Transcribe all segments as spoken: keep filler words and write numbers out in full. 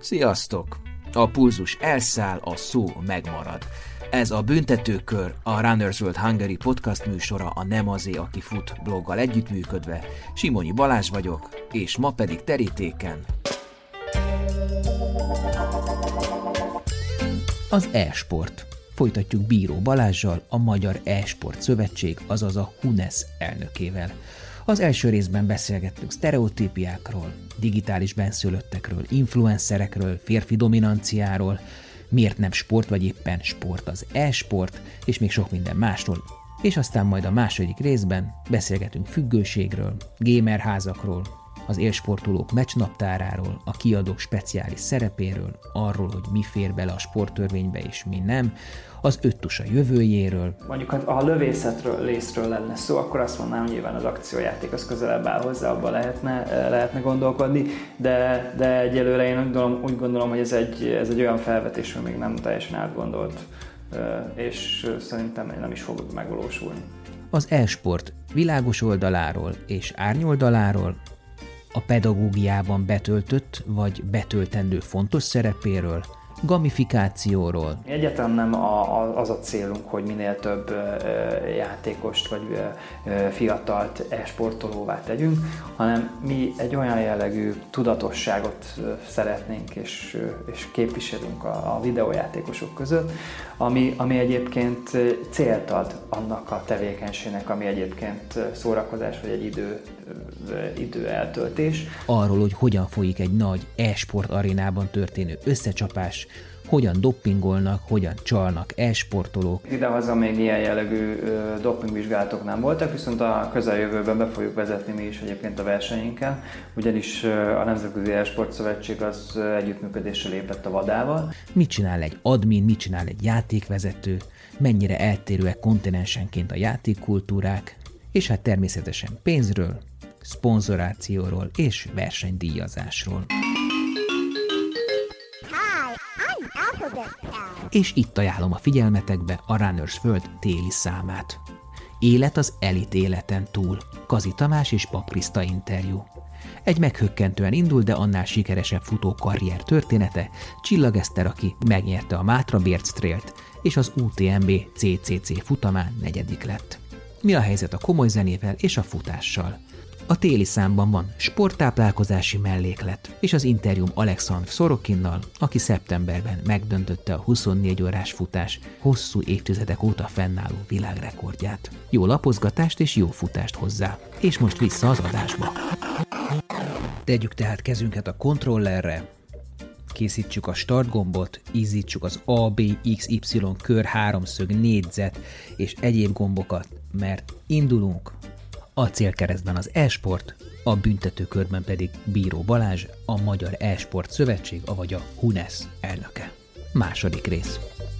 Sziasztok! A pulzus elszáll, a szó megmarad. Ez a Büntetőkör, a Runners World Hungary podcast műsora a Nem azé, aki fut bloggal együttműködve. Simonyi Balázs vagyok, és ma pedig terítéken az e-sport. Folytatjuk Bíró Balázssal, a Magyar E-sport Szövetség, azaz a HUNESZ elnökével. Az első részben beszélgettünk sztereotípiákról, digitális benszülöttekről, influencerekről, férfi dominanciáról, miért nem sport, vagy éppen sport az e-sport, és még sok minden másról. És aztán majd a második részben beszélgetünk függőségről, gamerházakról, az élsportolók meccsnaptáráról, a kiadók speciális szerepéről, arról, hogy mi fér bele a sporttörvénybe és mi nem, az öttusa jövőjéről. Mondjuk, ha a lövészetről, lészről lenne szó, akkor azt mondanám, hogy nyilván az akciójáték az közelebb áll hozzá, abban lehetne, lehetne gondolkodni, de, de egyelőre én úgy gondolom, úgy gondolom hogy ez egy, ez egy olyan felvetés, ami még nem teljesen átgondolt, és szerintem nem is fog megvalósulni. Az e-sport világos oldaláról és árnyoldaláról, a pedagógiában betöltött vagy betöltendő fontos szerepéről, gamifikációról. Egyáltalán nem a, a, az a célunk, hogy minél több ö, játékost vagy ö, fiatalt e-sportolóvá tegyünk, hanem mi egy olyan jellegű tudatosságot ö, szeretnénk és, ö, és képviselünk a, a videójátékosok között, ami, ami egyébként célt ad annak a tevékenységnek, ami egyébként szórakozás vagy egy idő, ö, idő eltöltés. Arról, hogy hogyan folyik egy nagy e-sport arénában történő összecsapás, hogyan doppingolnak, hogyan csalnak e-sportolók. Idehaza még ilyen jellegű dopingvizsgálatok nem voltak, viszont a közeljövőben be fogjuk vezetni mi is egyébként a versenyinken, ugyanis a Nemzetközi E-sport Szövetség az együttműködésre lépett a vadával. Mit csinál egy admin, mit csinál egy játékvezető, mennyire eltérőek kontinensenként a játékkultúrák, és hát természetesen pénzről, szponzorációról és versenydíjazásról. És itt ajánlom a figyelmetekbe a Runners World téli számát. Élet az elit életen túl. Kazi Tamás és Pap Kriszta interjú. Egy meghökkentően indul, de annál sikeresebb futó karrier története, Csillag Eszter, aki megnyerte a Mátra Bérc Trailt, és az u té em bé cé cé cé futamán negyedik lett. Mi a helyzet a komoly zenével és a futással? A téli számban van sporttáplálkozási melléklet, és az interjúm Alexandr Szorokinnal, aki szeptemberben megdöntötte a huszonnégy órás futás hosszú évtizedek óta fennálló világrekordját. Jó lapozgatást és jó futást hozzá. És most vissza az adásba. Tegyük tehát kezünket a kontrollerre, készítsük a start gombot, ízítsuk az A, B, X, Y, kör, háromszög, négyzet és egyéb gombokat, mert indulunk. A célkeresztben az e-sport, a büntetőkörben pedig Bíró Balázs, a Magyar E-sport Szövetség, avagy a HUNESZ elnöke. Második rész.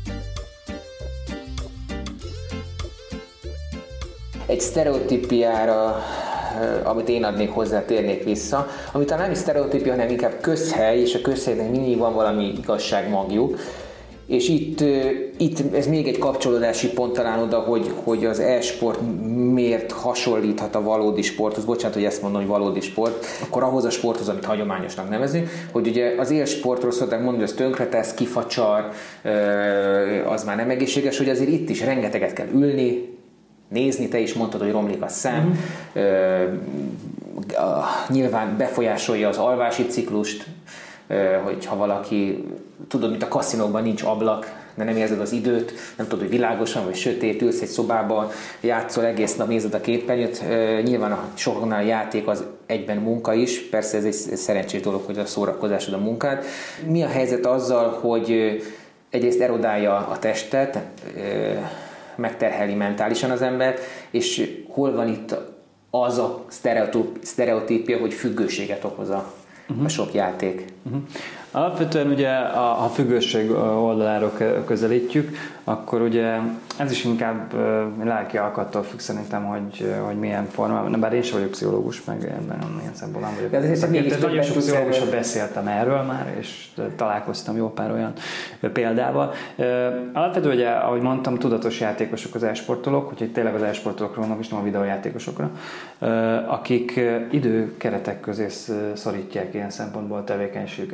Egy sztereotípiára, amit én adnék hozzá, térnék vissza, ami talán nem is sztereotípia, hanem inkább közhely, és a közhelynek mindig van valami igazságmagjuk. És itt, itt ez még egy kapcsolódási pont talán oda, hogy, hogy az e-sport miért hasonlíthat a valódi sporthoz. Bocsánat, hogy ezt mondom, hogy valódi sport. Akkor ahhoz a sporthoz, amit hagyományosnak nevezünk, hogy ugye az élsportról szokták mondani, hogy az tönkretesz, kifacsar, az már nem egészséges, hogy azért itt is rengeteget kell ülni, nézni, te is mondtad, hogy romlik a szem, mm-hmm. Nyilván befolyásolja az alvási ciklust, hogyha valaki, tudod, mint a kaszinókban nincs ablak, de nem érzed az időt, nem tudod, hogy világos van, vagy sötét, ülsz egy szobában, játszol egész nap, nézed a képernyőt. Nyilván a sokaknál a játék az egyben munka is, persze ez egy szerencsés dolog, hogy a szórakozásod a munkád. Mi a helyzet azzal, hogy egyrészt erodálja a testet, megterheli mentálisan az embert, és hol van itt az a sztereotípia, hogy függőséget okoz a Uh-huh. a sok játék. Uh-huh. Alapvetően ugye a, a függőség oldaláról közelítjük, akkor ugye ez is inkább lelki alkattól függ szerintem, hogy, hogy milyen formában, bár én sem vagyok pszichológus, meg ebben ilyen szempontból nem vagyok. De ez ez nagyon sok pszichológussal beszéltem erről már, és találkoztam jó pár olyan példával. Alapvetően ugye, ahogy mondtam, tudatos játékosok az e-sportolók, úgyhogy tényleg az e-sportolókról mondom, és nem a videójátékosokra, akik időkeretek közé szorítják ilyen szempontból a tevékenységüket. Tehát van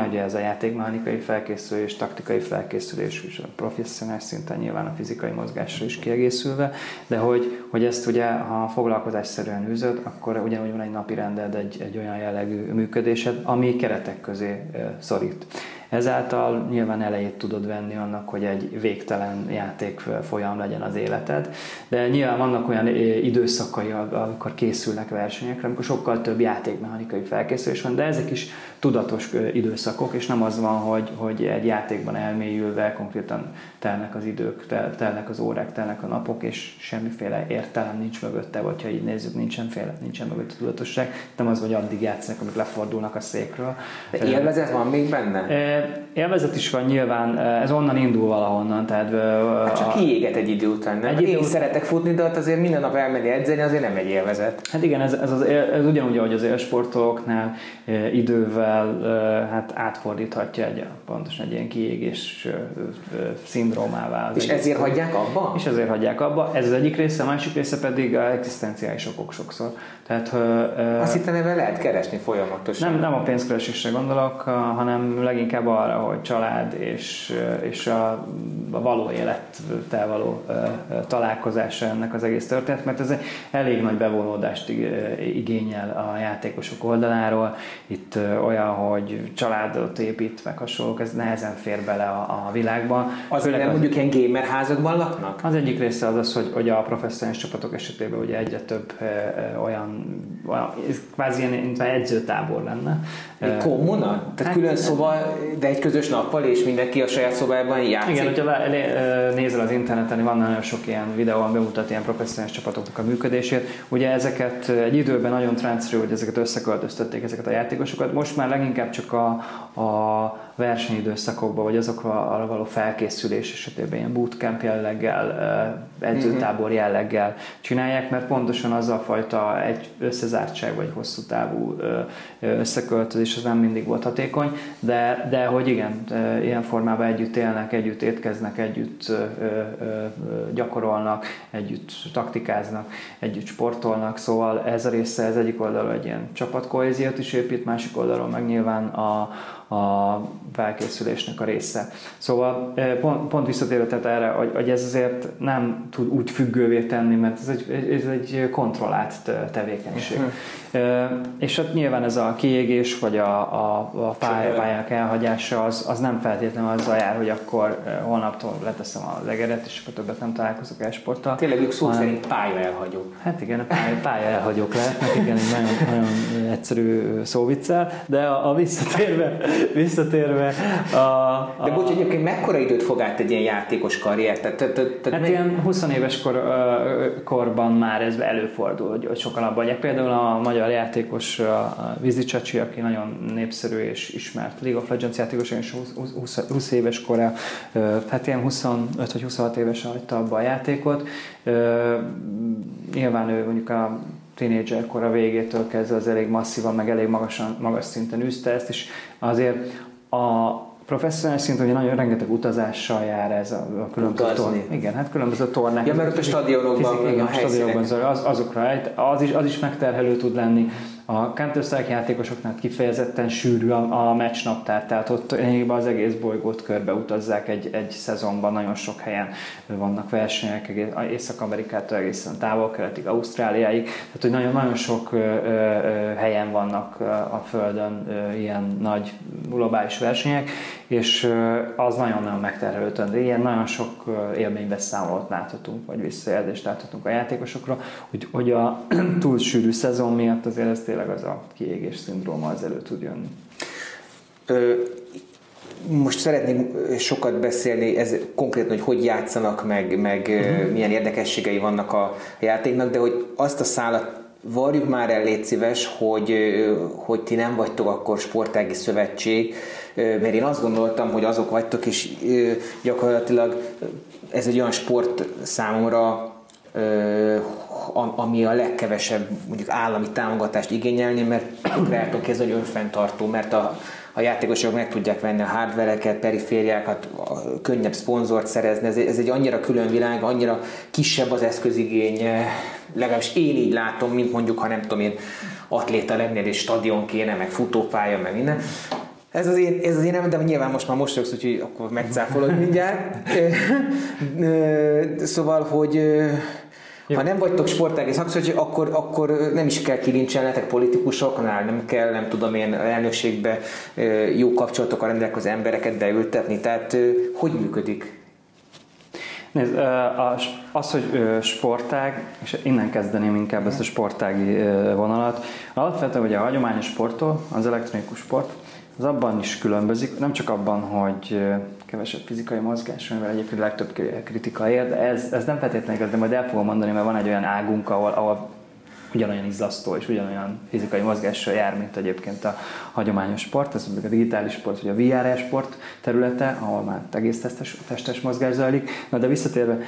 ugye ez a játékmechanikai felkészülés, taktikai felkészülés, és a professzionális szinten nyilván a fizikai mozgásra is kiegészülve, de hogy, hogy ezt ugye, ha foglalkozásszerűen űzöd, akkor ugyanúgy van egy napi rended, egy, egy olyan jellegű működésed, ami keretek közé szorít. Ezáltal nyilván elejét tudod venni annak, hogy egy végtelen játék folyam legyen az életed, de nyilván vannak olyan időszakai, amikor készülnek versenyekre, amikor sokkal több játékmechanikai felkészülés van, de ezek is tudatos időszakok, és nem az van, hogy, hogy egy játékban elmélyülve konkrétan telnek az idők, tel, telnek az órák, telnek a napok, és semmiféle értelem nincs mögötte, vagy ha így nézzük, nincsen, féle, nincsen mögötte tudatosság, nem az, hogy addig játszanak, amik lefordulnak a székről. De élvezet van még benne? Élvezet is van nyilván, ez onnan indul valahonnan. Tehát, hát csak kiéget egy idő után, nem? Egy idő Én után... szeretek futni, de ott azért minden nap elmenni edzeni, azért nem egy élvezet. Hát igen, ez, ez, az, ez ugyanúgy, ahogy az élsportolóknál idővel hát átfordíthatja egy, pontosan egy ilyen kiégés szindrómává. És ezért hagyják abba? És ezért hagyják abba. Ez az egyik része, a másik része pedig az egzisztenciális okok sokszor. Tehát, azt hittem, ebben lehet keresni folyamatosan. Nem, nem a pénzkeresésre gondolok, hanem leginkább arra, hogy család és, és a, a való élettel való találkozása ennek az egész történet, mert ez egy elég nagy bevonódást igényel a játékosok oldaláról. Itt olyan, hogy családot épít, meg hasonlók, ez nehezen fér bele a, a világban. Azért nem mondjuk ilyen gamer házakban laknak? Az egyik része az az, hogy, hogy a professzionális csapatok esetében ugye egyre több olyan, olyan kvázi ilyen, mint egy edzőtábor lenne. Egy kommuna? Tehát hát, külön szoba, de egy közös nappal, és mindenki a saját szobában játszik? Igen, hogyha nézel az interneten, van nagyon sok ilyen videó, ami bemutat ilyen professzionális csapatoknak a működését. Ugye ezeket egy időben nagyon trendszerű, hogy ezeket összeköltöztették, ezeket a játékosokat. Most már leginkább csak a, a versenyidőszakokban, vagy azokra való felkészülés esetében ilyen bootcamp jelleggel, edzőtábor jelleggel csinálják, mert pontosan az a fajta egy összezártság, vagy hosszú távú összeköltözés az nem mindig volt hatékony, de, de hogy igen, ilyen formában együtt élnek, együtt étkeznek, együtt gyakorolnak, együtt taktikáznak, együtt sportolnak, szóval ez a része, ez egyik oldalról egy ilyen csapatkohéziót is épít, másik oldalról meg nyilván a a felkészülésnek a része. Szóval pont, pont visszatérve tehát erre, hogy, hogy ez azért nem tud úgy függővé tenni, mert ez egy, ez egy kontrollált tevékenység. Uh-huh. És hát nyilván ez a kiégés, vagy a, a, a pályák elhagyása, az, az nem feltétlenül azzal jár, hogy akkor holnaptól leteszem az egeret, és akkor többet nem találkozok el sporttal. Tényleg ők szó hanem, szerint pálya elhagyók. Hát igen, a pálya, pálya elhagyók lehetnek, igen, egy nagyon, nagyon egyszerű szóviccel, de a, a visszatérve visszatérve a, a... De bocs, egyébként mekkora időt fog át egy ilyen játékos karrier? Tehát, tehát, tehát hát meg... ilyen húsz éves kor, korban már ez előfordul, hogy sokan abban hagyják. Például a magyar játékos a Vizi Csacsi, aki nagyon népszerű és ismert League of Legends játékos, és húsz éves kora, hát ilyen huszonöt vagy huszonhat évesen hagyta abba a játékot. Nyilván ő mondjuk a tínédzserkor a végétől kezdve az elég masszívan, meg elég magasan, magas szinten űzte ezt, és azért a professzionális szinten ugye nagyon rengeteg utazással jár ez a, a különböző tornák. Igen, hát különböző tornák. Ja, mert ott a stadionokban, igen, a stadionokban az, azokra, az is, az is megterhelő tud lenni. A Counter-Strike játékosoknál kifejezetten sűrű a, a meccsnaptár, tehát ott az egész bolygót körbe utazzák egy, egy szezonban, nagyon sok helyen vannak versenyek, Észak-Amerikától egészen távol-keletig, Ausztráliáig, tehát hogy nagyon-nagyon sok ö, ö, helyen vannak a Földön ö, ilyen nagy globális versenyek, és ö, az nagyon-nagyon megterhelő tőle. Ilyen nagyon sok élménybeszámolót láthatunk, vagy visszajelzést láthatunk a játékosokra, hogy, hogy a túl sűrű szezon miatt azért ez tényleg az a kiégés szindróma az elő tud jönni. Ö, most szeretnék sokat beszélni, ez konkrétan, hogy hogy játszanak, meg, meg uh-huh. milyen érdekességei vannak a játéknak, de hogy azt a szálat varjuk már el, légy szíves, hogy, hogy ti nem vagytok akkor sportági szövetség, mert én azt gondoltam, hogy azok vagytok, és gyakorlatilag ez egy olyan sport számomra, ami a legkevesebb mondjuk állami támogatást igényelni, mert rátok kezdve, hogy önfenntartó, mert a, a játékosok meg tudják venni a hardvereket, perifériákat, a könnyebb szponzort szerezni, ez, ez egy annyira külön világ, annyira kisebb az eszközigény, legalábbis én így látom, mint mondjuk, ha nem tudom én, atléta lennél és stadion kéne, meg futópálya, meg minden. Ez az én, ez az én nem, de nyilván most már mosolyogsz, úgyhogy akkor megcáfolod mindjárt. Szóval, hogy jó. Ha nem vagytok sportági szakszervező, akkor, akkor nem is kell kilincselnetek politikusoknál, nem kell, nem tudom én, elnökségbe jó kapcsolatokkal rendelkező embereket beültetni. Tehát hogy működik? Nézd, az, hogy sportág, és innen kezdeném inkább ezt a sportági vonalat, alapvetően ugye a hagyományos sporttól, az elektronikus sport, az abban is különbözik, nem csak abban, hogy kevesebb fizikai mozgás, mivel egyébként legtöbb kritika ér, de ez, ez nem feltétlenül igaz, de majd el fogom mondani, mert van egy olyan águnk, ahol, ahol ugyanolyan izzasztó és ugyanolyan fizikai mozgással jár, mint egyébként a hagyományos sport, ez a digitális sport, vagy a vé er sport területe, ahol már egész testes, testes mozgás zajlik. Na de visszatérve,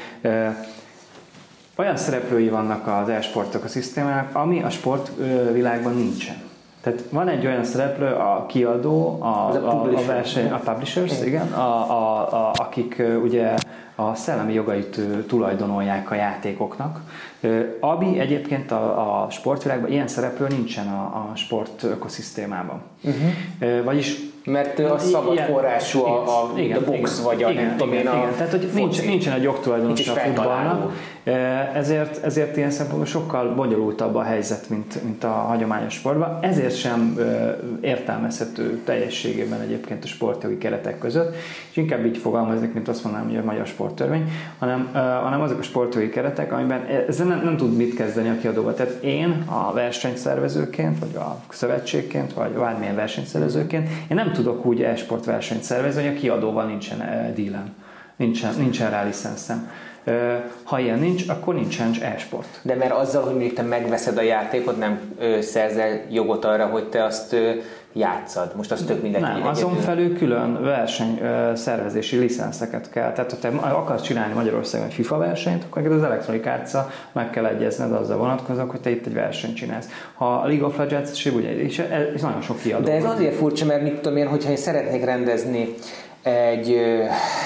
olyan szereplői vannak az e-sport ökoszisztémának, ami a sportvilágban nincsen. Tehát van egy olyan szereplő, a kiadó, a, a, a, a, verseny, a publishers, igen, a, a, a, akik ugye a szellemi jogait tulajdonolják a játékoknak, ami egyébként a, a sportvilágban ilyen szereplő nincsen a, a sport ökoszisztémában. Uh-huh. Vagyis mert a szabad ilyen, forrású a, a, igen, a box igen, vagy a igen, nem tudom igen, én a igen. Tehát, hogy nincs, nincsen egy jogtulajdonos a futballnak, ezért, ezért ilyen szempontból sokkal bonyolultabb a helyzet, mint, mint a hagyományos sportban. Ezért sem értelmezhető teljességében egyébként a sportjogi keretek között, és inkább így fogalmaznék, mint azt mondanám, hogy a magyar sporttörvény, hanem, hanem azok a sportjogi keretek, amiben ezzel nem, nem tud mit kezdeni a kiadóval. Tehát én a versenyszervezőként, vagy a szövetségként, vagy bármilyen versenyszervezőként, én nem tudok úgy e-sport versenyt szervezni, hogy a kiadóval nincsen dílem, nincsen, nincsen rá licenszem. Ha ilyen nincs, akkor nincsen e-sport. De mert azzal, hogy mondjuk te megveszed a játékot, nem ö, szerzel jogot arra, hogy te azt ö, játszad. Most az tök mindegy. Nem, azon felül külön verseny ö, szervezési licenszeket kell. Tehát ha te akarsz csinálni Magyarországon egy FIFA versenyt, akkor az Electronic Arts-szal meg kell egyezned azzal vonatkozóan, hogy te itt egy versenyt csinálsz. Ha a League of Legends is ugye, és ez nagyon sok kiadó. De ez azért furcsa, mert mit tudom én, hogyha én szeretnék rendezni egy ö,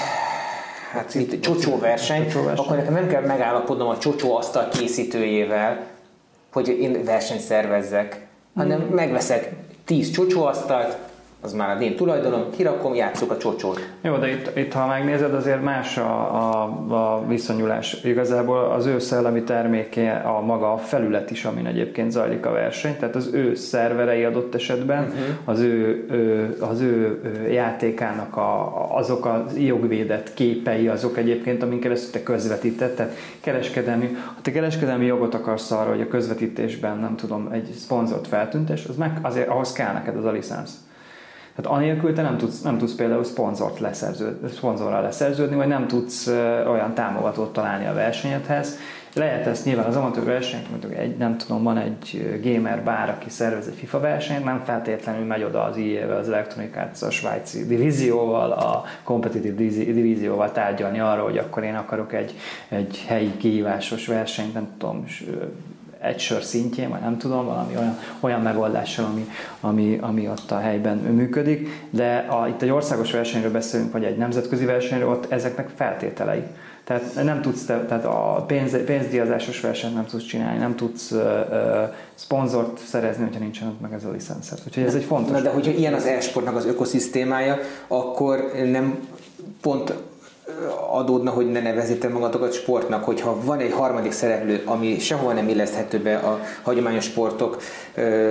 hát mit, csocsó verseny, akkor nekem nem kell megállapodnom a csocsó asztal készítőjével, hogy én versenyt szervezzek, hanem hmm. megveszek tíz csocsó asztalt, az már az én tulajdonom, kirakom, játsszuk a csocsót. Jó, de itt, itt ha megnézed, azért más a, a, a viszonyulás. Igazából az ő szellemi terméke a maga a felület is, amin egyébként zajlik a verseny, tehát az ő szerverei adott esetben, uh-huh. az, ő, ő, az ő játékának a, azok a jogvédett képei, azok egyébként, amin keresztül te közvetített, tehát kereskedelmi, ha te kereskedelmi jogot akarsz arra, hogy a közvetítésben, nem tudom, egy szponzort feltüntes, az meg azért ahhoz kell neked az a licensz. Tehát anélkül te nem tudsz, nem tudsz például szponzort leszerződni, szponzorral leszerződni, vagy nem tudsz olyan támogatót találni a versenyedhez. Lehet ezt nyilván az amatőr versenyt, mondjuk egy, nem tudom, van egy gamer bár, aki szervez egy FIFA versenyt, nem feltétlenül megy oda az i á-vel, az Electronic Arts, a svájci divízióval, a competitive divízióval tárgyalni arra, hogy akkor én akarok egy, egy helyi kihívásos versenyt, nem tudom, egy sör szintjén, vagy nem tudom, valami olyan, olyan megoldással, ami, ami, ami ott a helyben működik, de a, itt egy országos versenyről beszélünk, vagy egy nemzetközi versenyről, ott ezeknek feltételei. Tehát nem tudsz, tehát a pénz, pénzdíjazásos versenyt nem tudsz csinálni, nem tudsz uh, uh, szponzort szerezni, hogyha nincsen meg ez a licenszet. Úgyhogy ez egy fontos. Na, de hogyha ilyen az e-sportnak az ökoszisztémája, akkor nem pont adódna, hogy ne nevezzétek magatokat sportnak, hogyha van egy harmadik szereplő, ami sehova nem illeszthető be a hagyományos sportok ö,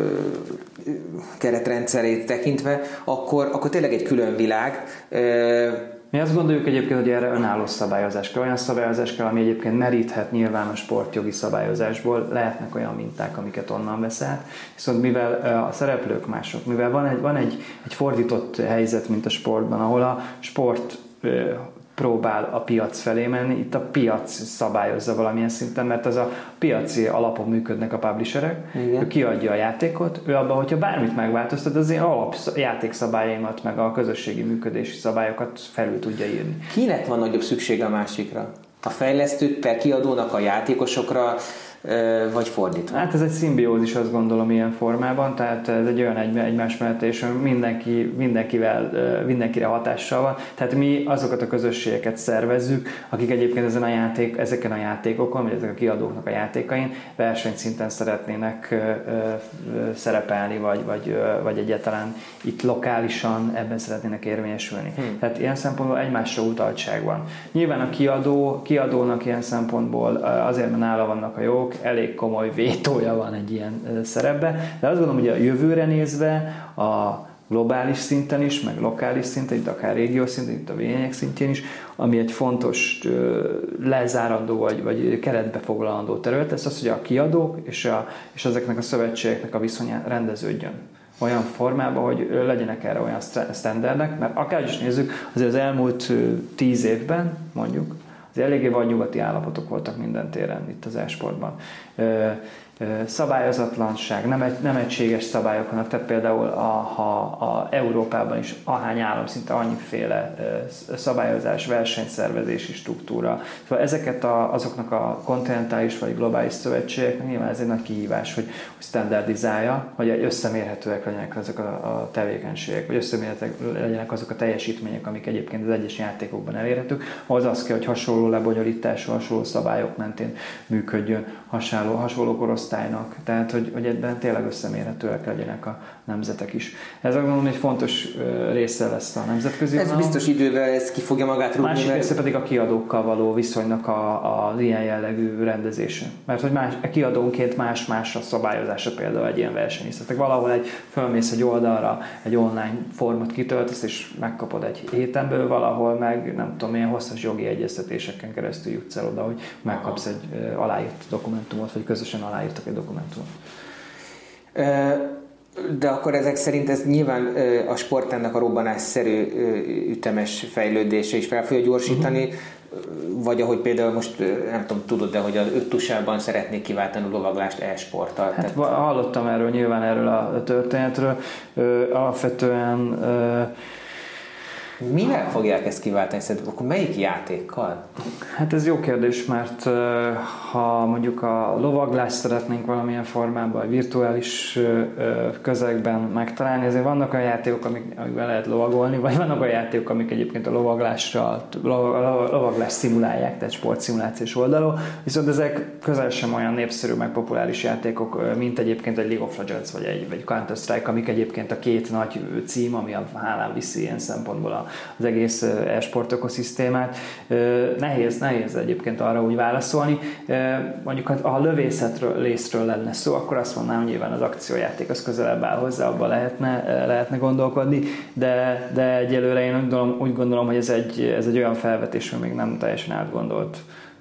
keretrendszerét tekintve, akkor, akkor tényleg egy külön világ. Ö, Mi azt gondoljuk egyébként, hogy erre önálló szabályozás kell, olyan szabályozás kell, ami egyébként meríthet nyilván a sportjogi szabályozásból, lehetnek olyan minták, amiket onnan vesz át, viszont mivel a szereplők mások, mivel van egy, van egy, egy fordított helyzet, mint a sportban, ahol a sport próbál a piac felé menni, itt a piac szabályozza valamilyen szinten, mert az a piaci alapon működnek a publisherek, igen. Ő kiadja a játékot, ő abban, hogyha bármit megváltoztat, az én alap játékszabályaimat, meg a közösségi működési szabályokat felül tudja írni. Kinek van nagyobb szüksége a másikra? A fejlesztők per kiadónak, a játékosokra, vagy fordítva? Hát ez egy szimbiózis, azt gondolom, ilyen formában, tehát ez egy olyan egy, egymás mellett, és mindenki, mindenkivel, mindenkire hatással van. Tehát mi azokat a közösségeket szervezzük, akik egyébként ezen a játék, ezeken a játékokon, vagy ezek a kiadóknak a játékain versenyszinten szeretnének szerepelni, vagy, vagy, vagy egyáltalán itt lokálisan ebben szeretnének érvényesülni. Hmm. Tehát ilyen szempontból egymásra utaltság van. Nyilván a kiadó, kiadónak ilyen szempontból azért, mert nála vannak a jók, elég komoly vétója van egy ilyen szerepbe, de azt gondolom, hogy a jövőre nézve a globális szinten is, meg lokális szinten, itt akár régiós szinten, itt a vények szintjén is, ami egy fontos lezárandó vagy, vagy keretbe foglalandó terület, ez az, hogy a kiadók és, a, és ezeknek a szövetségeknek a viszonya rendeződjön olyan formában, hogy legyenek erre olyan sztenderdek, mert akár is nézzük, azért az elmúlt tíz évben mondjuk, az eléggé vadnyugati állapotok voltak minden téren itt az e-sportban. Szabályozatlanság, nem, egy, nem egységes szabályok vannak, tehát például a, ha a Európában is ahány állam, szinte annyiféle szabályozás, versenyszervezési struktúra. Szóval ezeket a, azoknak a kontinentális vagy globális szövetségeknek nyilván ez egy nagy kihívás, hogy, hogy standardizálja, hogy összemérhetőek legyenek azok a, a tevékenységek, vagy összemérhetőek legyenek azok a teljesítmények, amik egyébként az egyes játékokban elérhetők. Az az kell, hogy hasonló lebonyolítású, hasonló szabályok mentén működjön, hasonló, hasonló korosztálynak, tehát hogy, hogy ebben tényleg összemérhetőek legyenek a nemzetek is. Ez gondolom egy fontos része lesz a nemzetközi. Ez biztos idővel ez ki fogja magát rúgni. Másik része pedig a kiadókkal való viszonynak a, az ilyen jellegű rendezése. Mert hogy más, a kiadónként más-más a szabályozása például egy ilyen versenyzőnek. Valahol egy fölmész egy oldalra, egy online formot kitöltesz, és megkapod egy héten belül, valahol meg nem tudom, milyen hosszas jogi egyeztetéseken keresztül jutsz el oda, hogy megkapsz egy aláírt dokumentumot, vagy közösen aláírtak egy dokumentumot. De akkor ezek szerint ez nyilván a sportágnak a robbanásszerű ütemes fejlődése is fel fogja gyorsítani, uh-huh. vagy ahogy például most, nem tudom, tudod, de hogy az öttusában szeretnék kiváltani a lovaglást e-sporttal. Hát tehát... hallottam erről, nyilván erről a történetről. Alapvetően mivel fogják ezt kiváltani? Szerintem akkor melyik játékkal? Hát ez jó kérdés, mert ha mondjuk a lovaglást szeretnénk valamilyen formában, virtuális közegben megtalálni, ezért vannak olyan játékok, amik, amikben lehet lovagolni, vagy vannak olyan játékok, amik egyébként a lovaglásra, lovaglás szimulálják, tehát sportszimulációs oldalon, viszont ezek közel sem olyan népszerű, meg populáris játékok, mint egyébként egy League of Legends, vagy egy vagy Counter-Strike, amik egyébként a két nagy cím, ami a hálán viszi ilyen szempontból az egész e-sport ökoszisztémát. Nehéz, nehéz egyébként arra úgy válaszolni. Mondjuk, ha a lövészetről, részről lenne szó, akkor azt mondanám, hogy nyilván az akciójáték az közelebb áll hozzá, abban lehetne, lehetne gondolkodni, de, de egyelőre én úgy gondolom, úgy gondolom, hogy ez egy, ez egy olyan felvetés, hogy még nem teljesen átgondolt,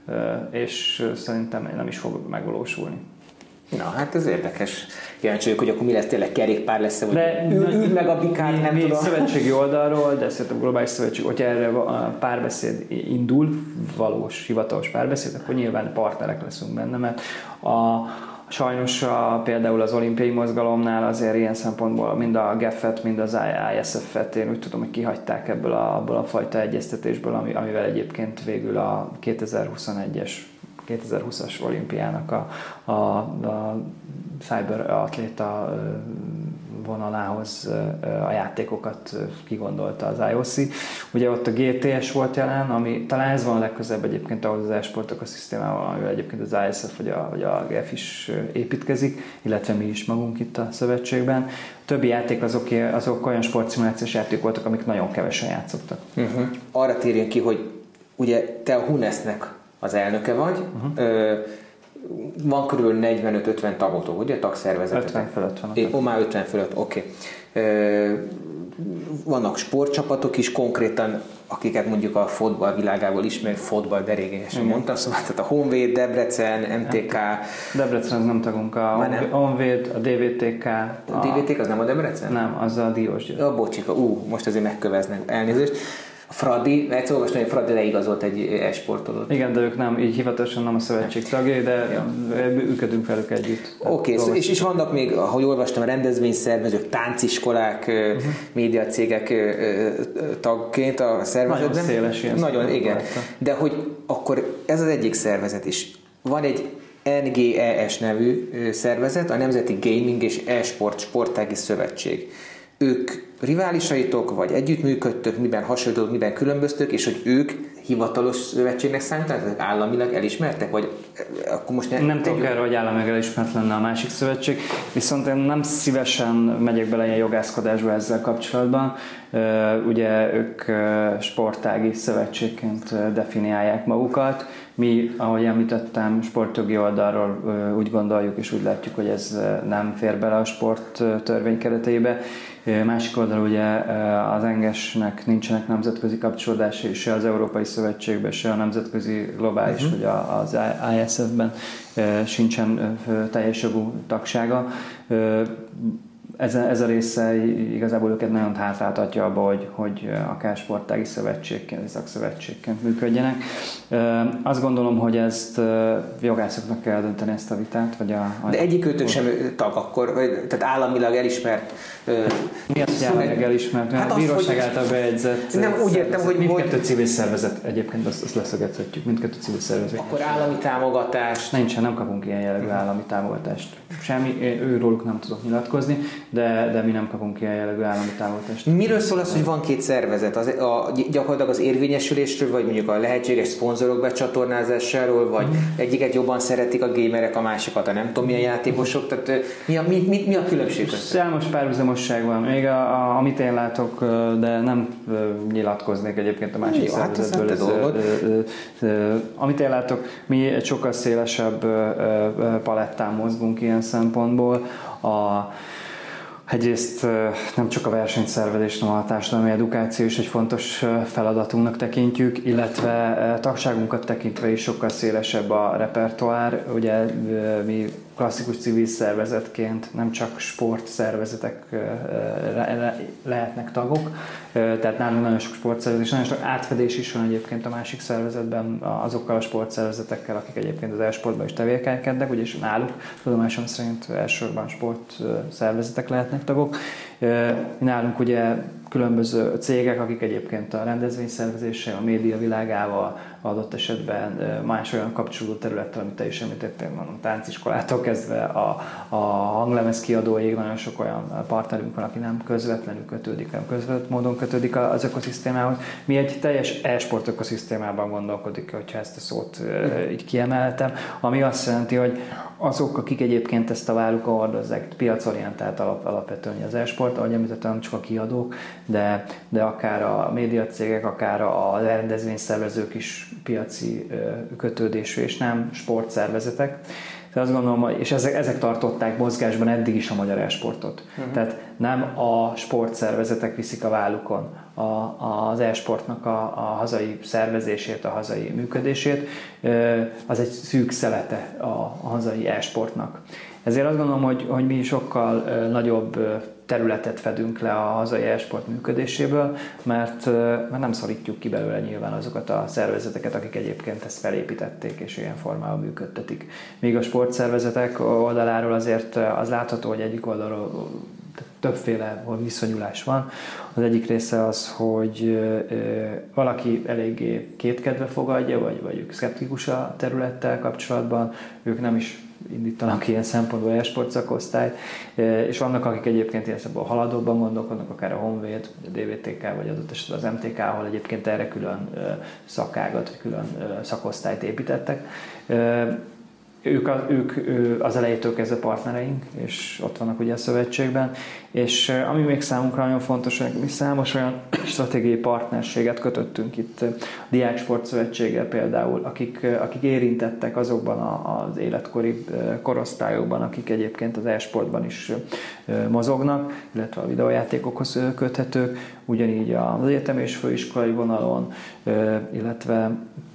és szerintem nem is fog megvalósulni. Na, hát ez érdekes. Kíváncsi vagyok, hogy akkor mi lesz, tényleg kerékpár lesz, vagy üld meg a bikát, nem mi tudom. Szövetségi oldalról, de szerintem globális szövetség, hogyha erre a párbeszéd indul, valós, hivatalos párbeszéd, akkor nyilván partnerek leszünk benne, mert a sajnos a, például az olimpiai mozgalomnál azért ilyen szempontból mind a gé e ef-et, mind az i es ef-et én úgy tudom, hogy kihagyták ebből a, abból a fajta egyeztetésből, ami, amivel egyébként végül a kétezer-huszonegyes kétezer-húszas olimpiának a, a, a cyber atléta vonalához a játékokat kigondolta az i o cé. Ugye ott a gé té es volt jelen, ami talán ez van a legközelebb egyébként ahhoz az e-sportok a szisztémával, amivel egyébként az i es ef vagy a, vagy a gé e ef is építkezik, illetve mi is magunk itt a szövetségben. A többi játék azok, azok olyan sportszimulációs játék voltak, amik nagyon kevesen játszottak. Uh-huh. Arra térjünk ki, hogy ugye te a Hunesznek az elnöke vagy, uh-huh. Ö, van körül negyvenöt-ötven tagotok, ugye, tagszervezetek? ötven fölött van. É, ó, már ötven fölött, oké. Okay. Vannak sportcsapatok is, konkrétan, akiket mondjuk a fotball világából ismer, fotball derégényesen mondtam, szóval tehát a Honvéd, Debrecen, em té ká. Debrecen az nem tagunk, a Honvéd, a dé vé té ká. A dé vé té ká az nem a Debrecen? Nem, az a Diósgyőr. A bocsika, ú, most azért megköveznek, elnézést. A Fradi, mert egyszer olvastam, hogy Fradi leigazolt egy e-sportolót. Igen, de ők nem, így hivatalosan nem a szövetség tagjai, de ja. Működünk velük együtt. Oké, okay, és, és vannak még, ahogy olvastam, rendezvényszervezők, tánciskolák, uh-huh. médiacégek tagként a szervezetben. Nagyon széles ilyen. Nagyon, igen. De hogy akkor ez az egyik szervezet is. Van egy en gé e es nevű szervezet, a Nemzeti Gaming és E-sport Sportági Szövetség. Ők riválisaitok, vagy együttműködtök, miben hasonlítok, miben különböztök, és hogy ők hivatalos szövetségnek számítanak, államilag elismertek, vagy akkor most ne, nem tudok erre, hogy államilag elismert lenne a másik szövetség, viszont én nem szívesen megyek bele ilyen jogászkodásba ezzel kapcsolatban. Ugye ők sportági szövetségként definiálják magukat. Mi, ahogy említettem, sportjogi oldalról úgy gondoljuk és úgy látjuk, hogy ez nem fér bele a sport törvény kereteibe. Másik oldalról ugye az engesnek nincsenek nemzetközi kapcsolódásai se az Európai Szövetségben, se a nemzetközi globális, uh-huh. vagy az I S F-ben sincsen teljes jogú tagsága. Ez a, ez a része igazából őket nagyon hátráltatja abba, hogy, hogy akár sportági szövetségként, szakszövetségként működjenek. Azt gondolom, hogy ezt jogászoknak kell dönteni ezt a vitát. Vagy a, De egyik őtök sem tag akkor, vagy, tehát államilag elismert. Mi az, hogy államilag elismert? Hát a bíróság által bejegyzett. Nem, úgy értem, hogy mindkettő civil szervezet, egyébként azt, azt leszögethetjük, mindkettő civil szervezet. Akkor állami támogatást? Nincsen, nem kapunk ilyen jellegű állami támogatást. Semmi, őróluk nem tudok nyilatkozni, de, de mi nem kapunk ilyen jellegű állami támogatást. Miről szól az, hogy van két szervezet? Az, a, gyakorlatilag az érvényesülésről, vagy mondjuk a lehetséges szponzorok becsatornázásáról, vagy mm. egyiket jobban szeretik a gamerek, a másikat a nem tudom milyen játékosok, tehát mi a, mi, mi, mi a különbség? Számos párhuzamosság van, még a, a, amit én látok, de nem nyilatkoznék egyébként a másik Jó, szervezetből. Hát dolgod. Amit én látok, mi egy sokkal szélesebb palettán mozgunk ilyen szempontból. A Egyrészt nem csak a versenyszervezés, hanem a társadalmi edukáció is egy fontos feladatunknak tekintjük, illetve tagságunkat tekintve is sokkal szélesebb a repertoár. Ugye mi klasszikus civil szervezetként nem csak sportszervezetek lehetnek tagok, tehát nálunk nagyon sok sportszervezet, és nagyon sok átfedés is van egyébként a másik szervezetben azokkal a sportszervezetekkel, akik egyébként az e-sportban is tevékenykednek, ugyanis náluk tudomásom szerint elsősorban sportszervezetek lehetnek tagok. Nálunk ugye különböző cégek, akik egyébként a rendezvényszervezéssel, a média világával, adott esetben más olyan kapcsolódó területtel, amit te is említettél, mondom, tánciskolától kezdve a, a hanglemez kiadóig, nagyon sok olyan partnerünk van, aki nem közvetlenül kötődik, hanem közvetett módon kötődik az ökoszisztémához. Mi egy teljes e-sport ökoszisztémában gondolkodik, hogyha ezt a szót e, így kiemeltem, ami azt jelenti, hogy azok, akik egyébként ezt a vállukat hordozzák, piacorientált alap, alapvetően az e-sport, ahogy említettem, nem csak a kiadók, de, de akár a médiacégek, akár a rendezvényszervezők is piaci kötődésű, és nem sportszervezetek. De azt gondolom, és ezek, ezek tartották mozgásban eddig is a magyar e-sportot. Uh-huh. Tehát nem a sportszervezetek viszik a vállukon a, az e-sportnak a, a hazai szervezését, a hazai működését. Az egy szűk szelete a, a hazai e-sportnak. Ezért azt gondolom, hogy, hogy mi sokkal nagyobb területet fedünk le a hazai e-sport működéséből, mert, mert nem szorítjuk ki belőle nyilván azokat a szervezeteket, akik egyébként ezt felépítették és ilyen formában működtetik. Míg a sportszervezetek oldaláról azért az látható, hogy egyik oldalról többféle viszonyulás van. Az egyik része az, hogy valaki eléggé kétkedve fogadja, vagy, vagy ők szkeptikus a területtel kapcsolatban, ők nem is indítanak ilyen szempontból e-sport szakosztályt, és vannak, akik egyébként ilyen szempontból haladóban gondolkodnak, akár a Honvéd, a dé vé té ká, vagy adott esetben az em té ká, ahol egyébként erre külön szakágat, vagy külön szakosztályt építettek. Ők, az, ők az elejétől kezdve partnereink, és ott vannak ugye a szövetségben, és ami még számunkra nagyon fontos, hogy mi számos olyan stratégiai partnerséget kötöttünk itt a Diáksport Szövetséggel például, akik, akik érintettek azokban az életkori korosztályokban, akik egyébként az e-sportban is mozognak, illetve a videójátékokhoz köthetők, ugyanígy az egyetemi és főiskolai vonalon, illetve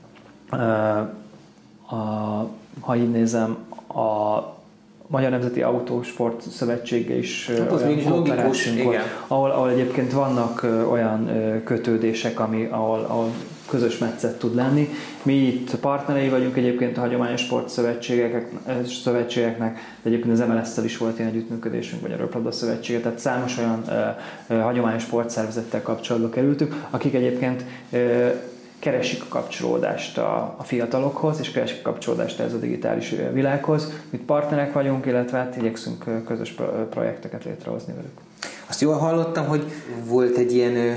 a ha így nézem, a Magyar Nemzeti Autósport Szövetsége is hát olyan kooperációnk volt, ahol, ahol egyébként vannak olyan kötődések, ami, ahol, ahol közös metszet tud lenni. Mi itt partnerei vagyunk egyébként a hagyományos sportszövetségeknek, de egyébként az em el es-szel is volt ilyen együttműködésünk, vagy a Röplabda Szövetsége, tehát számos olyan ö, ö, hagyományos sportszervezettel kapcsolatba kerültünk, akik egyébként ö, keresik a kapcsolódást a, a fiatalokhoz, és keresik a kapcsolódást ez a digitális világhoz. Mi partnerek vagyunk, illetve hát igyekszünk közös projekteket létrehozni velük. Azt jól hallottam, hogy volt egy ilyen ö,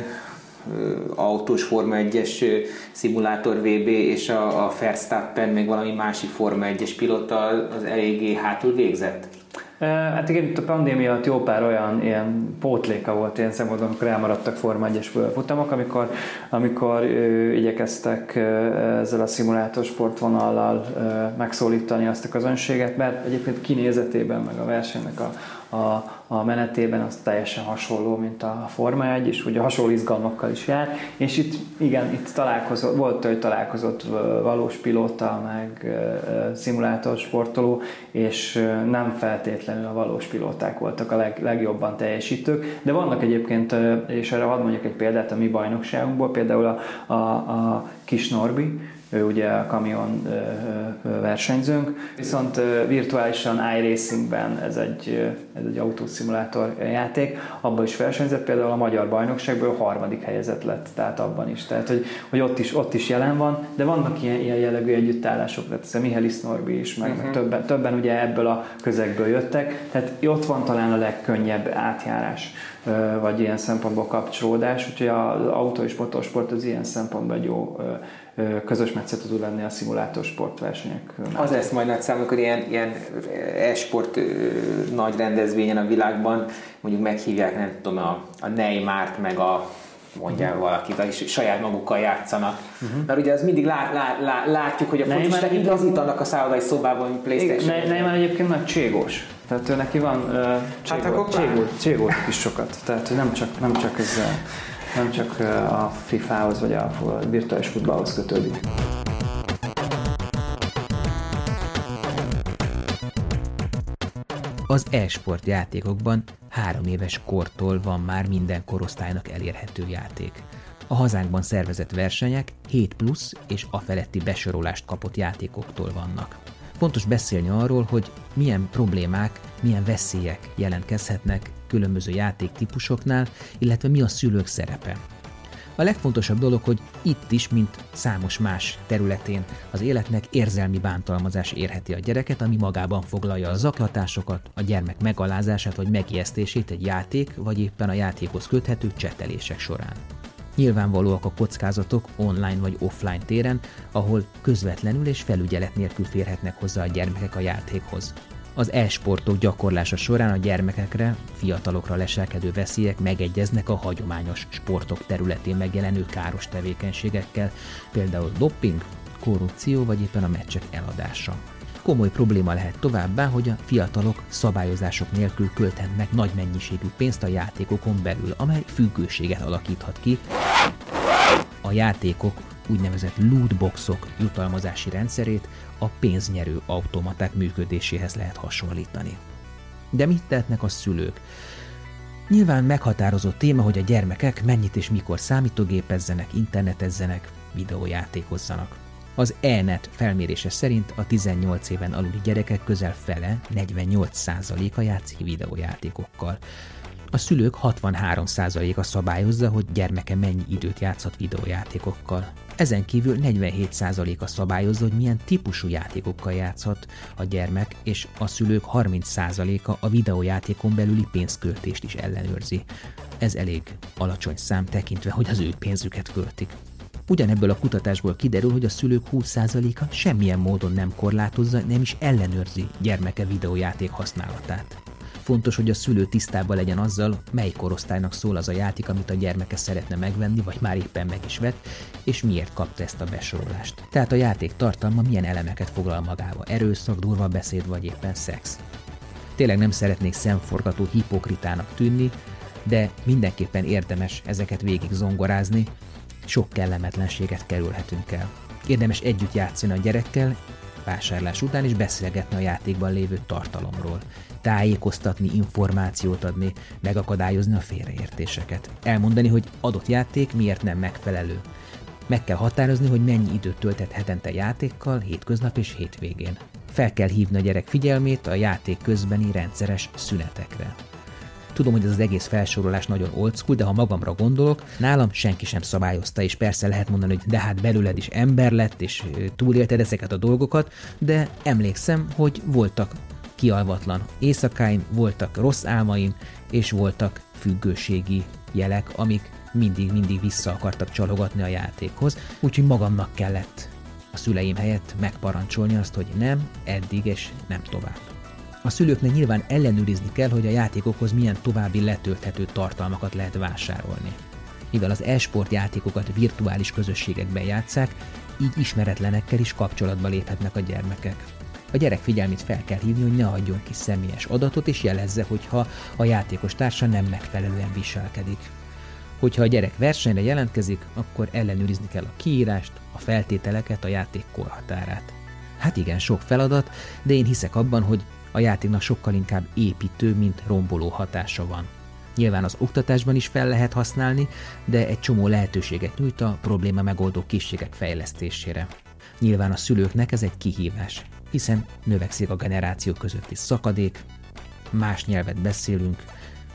ö, autós Forma egyes ö, szimulátor vé bé, és a, a Verstappen, meg valami másik Forma egyes pilóta az eléggé hátul végzett. Hát igen, itt a pandémia alatt jó pár olyan ilyen pótléka volt ilyen szempontból, amikor elmaradtak Forma egyes futamok, amikor, amikor ö, igyekeztek ö, ezzel a szimulátor sportvonallal ö, megszólítani azt a közönséget, mert egyébként kinézetében, meg a versenynek a, a, a menetében az teljesen hasonló, mint a Forma egy, és ugye hasonló izgalmakkal is jár, és itt igen, itt találkozott, volt, hogy találkozott valós pilóta, meg szimulátor sportoló, és nem feltétlenül a valós pilóták voltak a leg, legjobban teljesítők, de vannak egyébként, és erre hadd mondjak egy példát a mi bajnokságunkból, például a, a, a Kis Norbi, ő ugye a kamion versenyzőnk, viszont virtuálisan iRacingben ez egy, ez egy autószimulátor játék, abban is versenyzett, például a magyar bajnokságból harmadik helyezett lett, tehát abban is, tehát hogy, hogy ott, is, ott is jelen van, de vannak ilyen, ilyen jellegű együttállások, tehát ez a Mihály Norbi is, meg, uh-huh. meg többen, többen ugye ebből a közegből jöttek, tehát ott van talán a legkönnyebb átjárás, vagy ilyen szempontból kapcsolódás, úgyhogy az autó és motorsport az ilyen szempontból egy jó közös metszete tud lenni a szimulátor sportversenyek. Az lesz majd nagy szám, amikor ilyen, ilyen e-sport nagy rendezvényen a világban mondjuk meghívják, nem tudom, a, a Neymart, meg a mondjál uh-huh. valakit, és saját magukkal játszanak. Uh-huh. Mert ugye az mindig lát, lát, lát, látjuk, hogy a focisták igazítanak a szállodai szobában, mint PlayStation. Ne, Neymar egyébként nagy cségós. Tehát ő neki van uh, cségós, hát cségós, cségós is sokat. Tehát nem csak, nem csak ez nem csak a fifához vagy a virtuális futballhoz kötődik. Az e-sport játékokban három éves kortól van már minden korosztálynak elérhető játék. A hazánkban szervezett versenyek hét plusz és afeletti besorolást kapott játékoktól vannak. Fontos beszélni arról, hogy milyen problémák, milyen veszélyek jelentkezhetnek különböző játéktípusoknál, illetve mi a szülők szerepe. A legfontosabb dolog, hogy itt is, mint számos más területén az életnek érzelmi bántalmazás érheti a gyereket, ami magában foglalja a zaklatásokat, a gyermek megalázását vagy megijesztését egy játék, vagy éppen a játékhoz köthető csetelések során. Nyilvánvalóak a kockázatok online vagy offline téren, ahol közvetlenül és felügyelet nélkül férhetnek hozzá a gyermekek a játékhoz. Az e-sportok gyakorlása során a gyermekekre, fiatalokra leselkedő veszélyek megegyeznek a hagyományos sportok területén megjelenő káros tevékenységekkel, például doping, korrupció vagy éppen a meccsek eladása. Komoly probléma lehet továbbá, hogy a fiatalok szabályozások nélkül költhetnek nagy mennyiségű pénzt a játékokon belül, amely függőséget alakíthat ki. A játékok úgynevezett lootboxok jutalmazási rendszerét a pénznyerő automaták működéséhez lehet hasonlítani. De mit tehetnek a szülők? Nyilván meghatározó téma, hogy a gyermekek mennyit és mikor számítógépezzenek, internetezzenek, videójátékozzanak. Az e-net felmérése szerint a tizennyolc éven aluli gyerekek közel fele, negyvennyolc százaléka játszik videójátékokkal. A szülők hatvanhárom százaléka szabályozza, hogy gyermeke mennyi időt játszhat videójátékokkal. Ezen kívül negyvenhét százaléka szabályozza, hogy milyen típusú játékokkal játszhat a gyermek, és a szülők harminc százaléka a videójátékon belüli pénzköltést is ellenőrzi. Ez elég alacsony szám tekintve, hogy az ő pénzüket költik. Ugyanebből a kutatásból kiderül, hogy a szülők húsz százaléka semmilyen módon nem korlátozza, nem is ellenőrzi gyermeke videójáték használatát. Fontos, hogy a szülő tisztában legyen azzal, mely korosztálynak szól az a játék, amit a gyermeke szeretne megvenni, vagy már éppen meg is vett, és miért kapta ezt a besorolást. Tehát a játék tartalma milyen elemeket foglal magába, erőszak, durva beszéd, vagy éppen szex. Tényleg nem szeretnék szemforgató hipokritának tűnni, de mindenképpen érdemes ezeket végig zongorázni, sok kellemetlenséget kerülhetünk el. Érdemes együtt játszani a gyerekkel, vásárlás után is beszélgetni a játékban lévő tartalomról, tájékoztatni, információt adni, megakadályozni a félreértéseket, elmondani, hogy adott játék miért nem megfelelő. Meg kell határozni, hogy mennyi időt tölthet hetente játékkal, hétköznap és hétvégén. Fel kell hívni a gyerek figyelmét a játék közbeni rendszeres szünetekre. Tudom, hogy ez az egész felsorolás nagyon old school, de ha magamra gondolok, nálam senki sem szabályozta, és persze lehet mondani, hogy de hát belőled is ember lett, és túlélted ezeket a dolgokat, de emlékszem, hogy voltak kialvatlan éjszakáim, voltak rossz álmaim, és voltak függőségi jelek, amik mindig-mindig vissza akartak csalogatni a játékhoz, úgyhogy magamnak kellett a szüleim helyett megparancsolni azt, hogy nem, eddig és nem tovább. A szülőknek nyilván ellenőrizni kell, hogy a játékokhoz milyen további letölthető tartalmakat lehet vásárolni. Mivel az e-sport játékokat virtuális közösségekben játsszák, így ismeretlenekkel is kapcsolatba léphetnek a gyermekek. A gyerek figyelmét fel kell hívni, hogy ne adjon ki személyes adatot, és jelezze, hogyha a játékos társa nem megfelelően viselkedik. Hogyha a gyerek versenyre jelentkezik, akkor ellenőrizni kell a kiírást, a feltételeket, a játék korhatárát. Hát igen, sok feladat, de én hiszek abban, hogy a játéknak sokkal inkább építő, mint romboló hatása van. Nyilván az oktatásban is fel lehet használni, de egy csomó lehetőséget nyújt a probléma megoldó készségek fejlesztésére. Nyilván a szülőknek ez egy kihívás, hiszen növekszik a generáció közötti szakadék, más nyelvet beszélünk,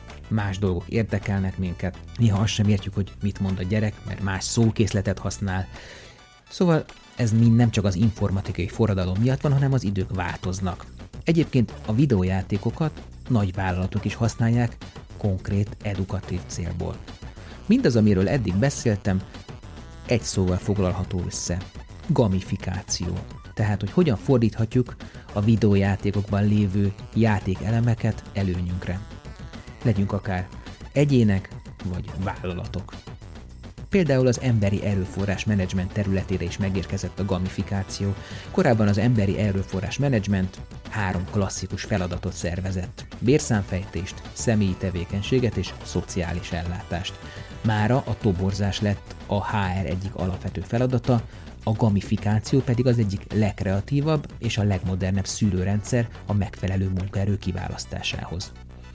más dolgok érdekelnek minket, néha azt sem értjük, hogy mit mond a gyerek, mert más szókészletet használ. Szóval ez mind nem csak az informatikai forradalom miatt van, hanem az idők változnak. Egyébként a videójátékokat nagy vállalatok is használják konkrét edukatív célból. Mindaz, amiről eddig beszéltem, egy szóval foglalható össze. Gamifikáció. Tehát, hogy hogyan fordíthatjuk a videójátékokban lévő játékelemeket előnyünkre. Legyünk akár egyének vagy vállalatok. Például az emberi erőforrás menedzsment területére is megérkezett a gamifikáció. Korábban az emberi erőforrás menedzsment három klasszikus feladatot szervezett. Bérszámfejtést, személyi tevékenységet és szociális ellátást. Mára a toborzás lett a há er egyik alapvető feladata, a gamifikáció pedig az egyik legkreatívabb és a legmodernebb szűrőrendszer a megfelelő munkaerő kiválasztásához.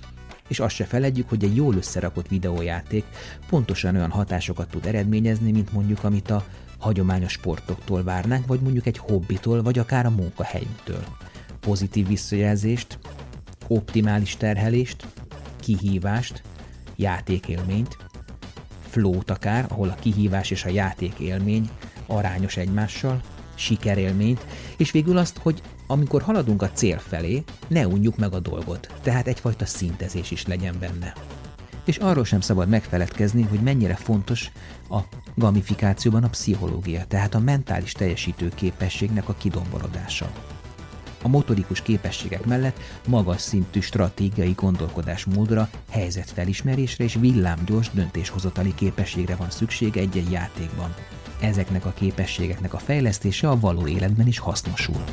És azt se feledjük, hogy egy jól összerakott videójáték pontosan olyan hatásokat tud eredményezni, mint mondjuk amit a hagyományos sportoktól várnánk, vagy mondjuk egy hobbitól, vagy akár a munkahelyünktől. Pozitív visszajelzést, optimális terhelést, kihívást, játékélményt, flow-t akár, ahol a kihívás és a játékélmény arányos egymással, sikerélményt, és végül azt, hogy amikor haladunk a cél felé, ne unjuk meg a dolgot, tehát egyfajta szintezés is legyen benne. És arról sem szabad megfeledkezni, hogy mennyire fontos a gamifikációban a pszichológia, tehát a mentális teljesítő képességnek a kidomborodása. A motorikus képességek mellett magas szintű stratégiai gondolkodásmódra, helyzetfelismerésre és villámgyors döntéshozatali képességre van szükség egy-egy játékban. Ezeknek a képességeknek a fejlesztése a való életben is hasznosul.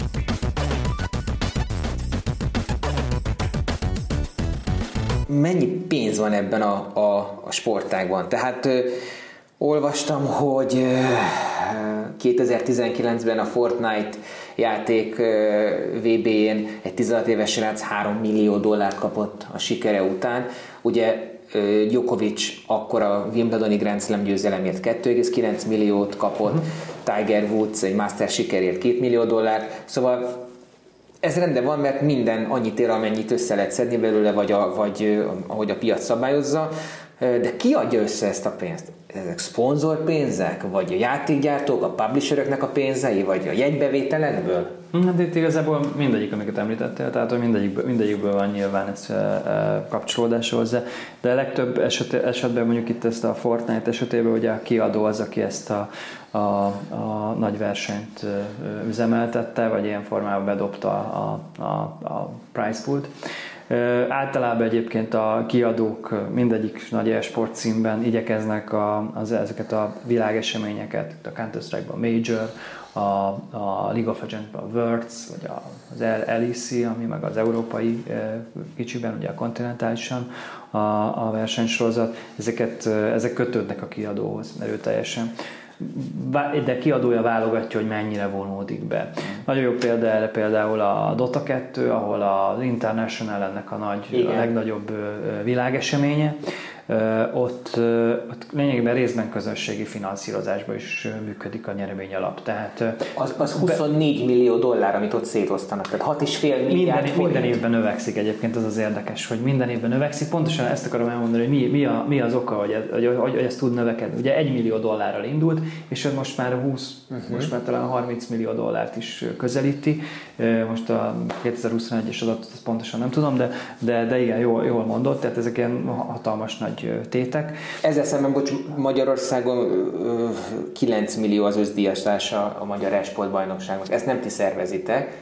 Mennyi pénz van ebben a, a, a sportágban? Tehát ö, olvastam, hogy ö, kétezer-tizenkilencben a Fortnite játék ö, vé bé-én egy tizenhat éves srác három millió dollárt kapott a sikere után. Ugye Djokovic akkor a Wimbledoni Grand Slam győzelemért két egész kilenc milliót kapott, Tiger Woods egy Master sikerért két millió dollárt, szóval ez rendben van, mert minden annyit ér, amennyit össze lehet szedni belőle, vagy, a, vagy ahogy a piac szabályozza, de ki adja össze ezt a pénzt? Ezek szponzorpénzek, vagy a játékgyártók, a publisheröknek a pénzei, vagy a jegybevételekből? Hát itt igazából mindegyik, amiket említettél, tehát hogy mindegyikből, mindegyikből van nyilván ez e, e, kapcsolódás hozzá, de a legtöbb eset, esetben mondjuk itt ezt a Fortnite esetében ugye a kiadó az, aki ezt a, a, a nagy versenyt üzemeltette, vagy ilyen formában bedobta a, a, a prize pool-t. Ö, általában egyébként a kiadók mindegyik nagy e-sport címben igyekeznek a, az, ezeket a világeseményeket, a Counter-Strike-ban Major, a, a League of Legends-ben a Worlds, vagy a, az el i cé, ami meg az európai e, kicsiben, ugye a kontinentálisan a, a versenysorozat, ezeket, ezek kötődnek a kiadóhoz erőteljesen. De kiadója válogatja, hogy mennyire vonódik be. Nagyon jó példa erre például a Dota kettő, ahol az International ennek a, nagy, a legnagyobb világeseménye. ott, ott lényegében részben közösségi finanszírozásban is működik a nyeremény alap. Tehát, az, az huszonnégy millió dollár, amit ott szétosztanak, tehát hat és fél milliárd minden, minden évben növekszik egyébként, az az érdekes, hogy minden évben növekszik. Pontosan ezt akarom elmondani, hogy mi, mi, a, mi az oka, hogy ez, hogy, hogy ez tud növekedni. Ugye egy millió dollárral indult, és ez most már húsz, uh-huh. most már talán harminc millió dollárt is közelíti. Most a kétezer-huszonegyes adatot pontosan nem tudom, de, de, de igen, jól, jól mondott, tehát ezek ilyen hatalmas nagy tétek. Ezzel szemben, bocs, Magyarországon kilenc millió az összdíjasása a Magyar E-sportbajnokságnak. Ezt nem ti szervezitek,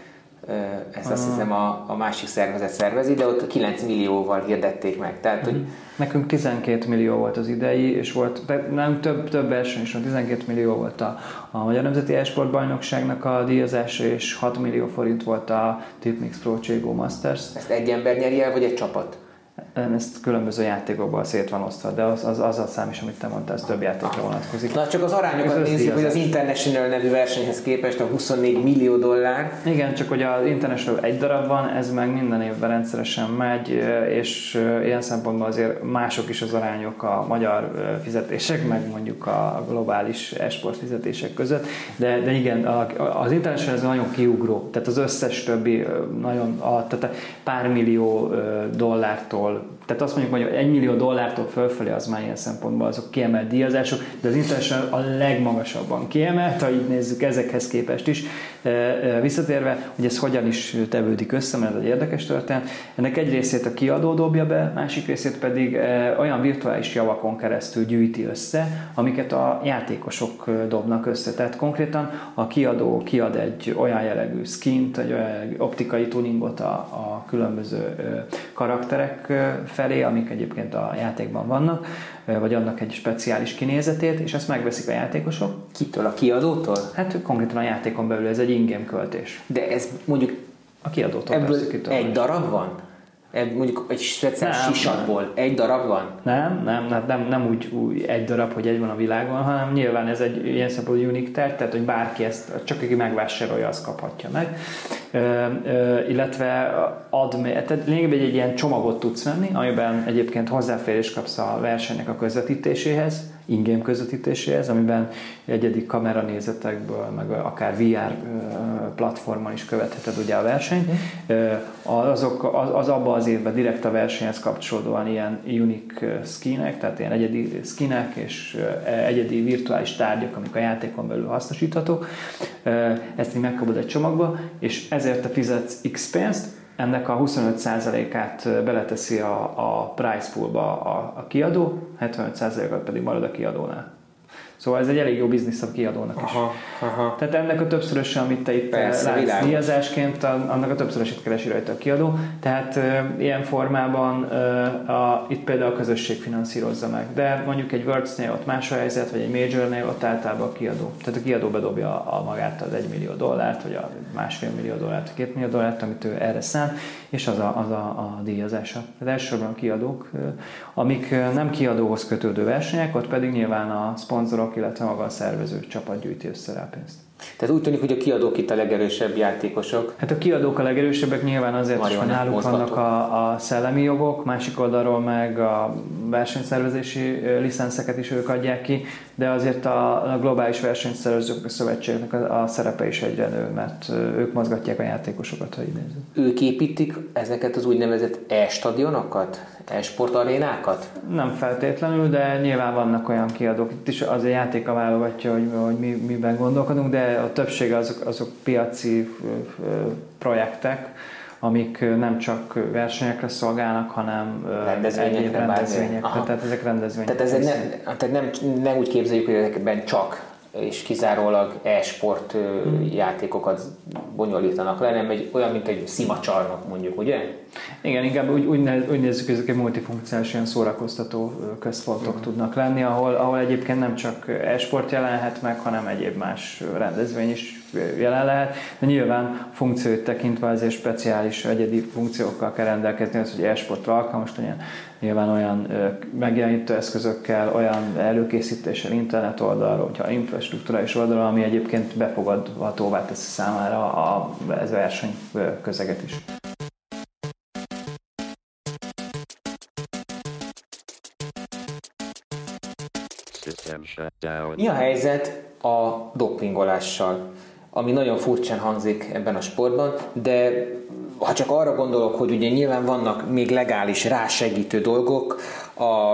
ezt azt hiszem a, a másik szervezet szervezi, de ott kilenc millióval hirdették meg. Tehát, hogy nekünk tizenkét millió volt az idei, és volt, de nem több, több verseny is van, tizenkét millió volt a, a Magyar Nemzeti E-sportbajnokságnak a díjazása, és hat millió forint volt a Tipmix Pro Cségó Masters. Ezt egy ember nyeri el, vagy egy csapat? Ezt különböző játékokban szét van osztva, de az, az, az a szám is, amit te mondtál, ez több játékra vonatkozik. Na, csak az arányokat az nézzük, hogy az International nevű versenyhez képest a huszonnégy millió dollár. Igen, csak hogy az International egy darab van, ez meg minden évben rendszeresen megy, és ilyen szempontból azért mások is az arányok a magyar fizetések, meg mondjuk a globális e-sport fizetések között, de, de igen, az International ez nagyon kiugró, tehát az összes többi nagyon, a, tehát pár millió dollártól, tehát azt mondjuk, hogy egy millió dollártól fölfelé az már ilyen szempontból azok kiemelt díjazások, de az International a legmagasabban kiemelt, ha így nézzük ezekhez képest is. Visszatérve, hogy ez hogyan is tevődik össze, mert ez egy érdekes történet. Ennek egy részét a kiadó dobja be, másik részét pedig olyan virtuális javakon keresztül gyűjti össze, amiket a játékosok dobnak össze. Tehát konkrétan a kiadó kiad egy olyan jellegű skint, egy olyan optikai tuningot a, a különböző karakterek felé, amik egyébként a játékban vannak, vagy annak egy speciális kinézetét, és ezt megveszik a játékosok. Kitől? A kiadótól? Hát konkrétan a játékon belül ez egy in-game költés. De ez mondjuk a kiadótól ebből persze, egy darab van? Ebb, mondjuk egy speciális sisakból egy darab van? Nem, nem, nem, nem, nem úgy, úgy egy darab, hogy egy van a világon, hanem nyilván ez egy ilyen szempontból unique tárgy, tehát hogy bárki ezt, csak aki megvásárolja, azt kaphatja meg. Ö, ö, illetve ad, tehát lényegében egy, egy ilyen csomagot tudsz venni, amiben egyébként hozzáférés kapsz a versenynek a közvetítéséhez, in-game közvetítéséhez, amiben egyedi kameranézetekből, meg akár vé er platformon is követheted ugye a versenyt. Azok, az, az abban az évben direkt a versenyhez kapcsolódóan ilyen unique skinek, tehát ilyen egyedi skinek és egyedi virtuális tárgyak, amik a játékon belül hasznosíthatók. Ezt így megkapod egy csomagba, és ezért te fizetsz X pénzt, ennek a huszonöt százalékát beleteszi a, a prize poolba a, a kiadó, hetvenöt százalékot pedig marad a kiadónál. Szóval ez egy elég jó biznisz a kiadónak is. Aha, aha. Tehát ennek a többszöröse, amit te itt Persze, látsz díjazásként, annak a többszörösét keresi rajta a kiadó. Tehát e, ilyen formában e, a, itt például a közösség finanszírozza meg. De mondjuk egy Worlds-nél ott más a helyzet, vagy egy Major-nél ott általában a kiadó. Tehát a kiadó bedobja a, a magát az egy millió dollárt, vagy a másfél millió dollárt, vagy két millió dollárt, amit ő erre szán, és az a, az a, a díjazása. Tehát elsősorban a kiadók, amik nem kiadóhoz kötődő versenyek, ott pedig nyilván a szponzorok, illetve maga a szervező csapat gyűjti össze rá pénzt. Tehát úgy tűnik, hogy a kiadók itt a legerősebb játékosok. Hát a kiadók a legerősebbek nyilván azért is, hogy náluk vannak a, a szellemi jogok, másik oldalról meg a versenyszervezési licenszeket is ők adják ki, de azért a, a globális versenyszervezők szövetségnek a, a szerepe is egyre nő, mert ők mozgatják a játékosokat, ha így nézzük. Ők építik ezeket az úgynevezett e-stadionokat? E-sportarénákat? Nem feltétlenül, de nyilván vannak olyan kiadók. Itt is az a játéka válogatja, hogy, hogy mi, miben gondolkodunk, de a többsége azok, azok piaci projektek, amik nem csak versenyekre szolgálnak, hanem rendezvényekre, rendezvényekre. Tehát ezek rendezvények. Tehát, ez nem, tehát nem, nem úgy képzeljük, hogy ezekben csak és kizárólag e-sport hmm. játékokat bonyolítanak le, nem egy, olyan, mint egy szimacsarnok mondjuk, ugye? Igen, inkább úgy, úgy, néz, úgy nézzük, hogy ezek egy multifunkciális, ilyen szórakoztató központok hmm. tudnak lenni, ahol, ahol egyébként nem csak e-sport jelenhet meg, hanem egyéb más rendezvény is jelen lehet, de nyilván funkcióit tekintve azért speciális egyedi funkciókkal kell rendelkezni, az, hogy e-sportra alkalmas legyen. Nyilván olyan megjelenítő eszközökkel, olyan előkészítéssel, internet oldalról, hogyha infrastruktúrális oldalról, ami egyébként befogadhatóvá teszi számára a, ez a verseny közeget is. Mi a helyzet a dopingolással, ami nagyon furcsán hangzik ebben a sportban, de ha csak arra gondolok, hogy ugye nyilván vannak még legális rásegítő dolgok, a,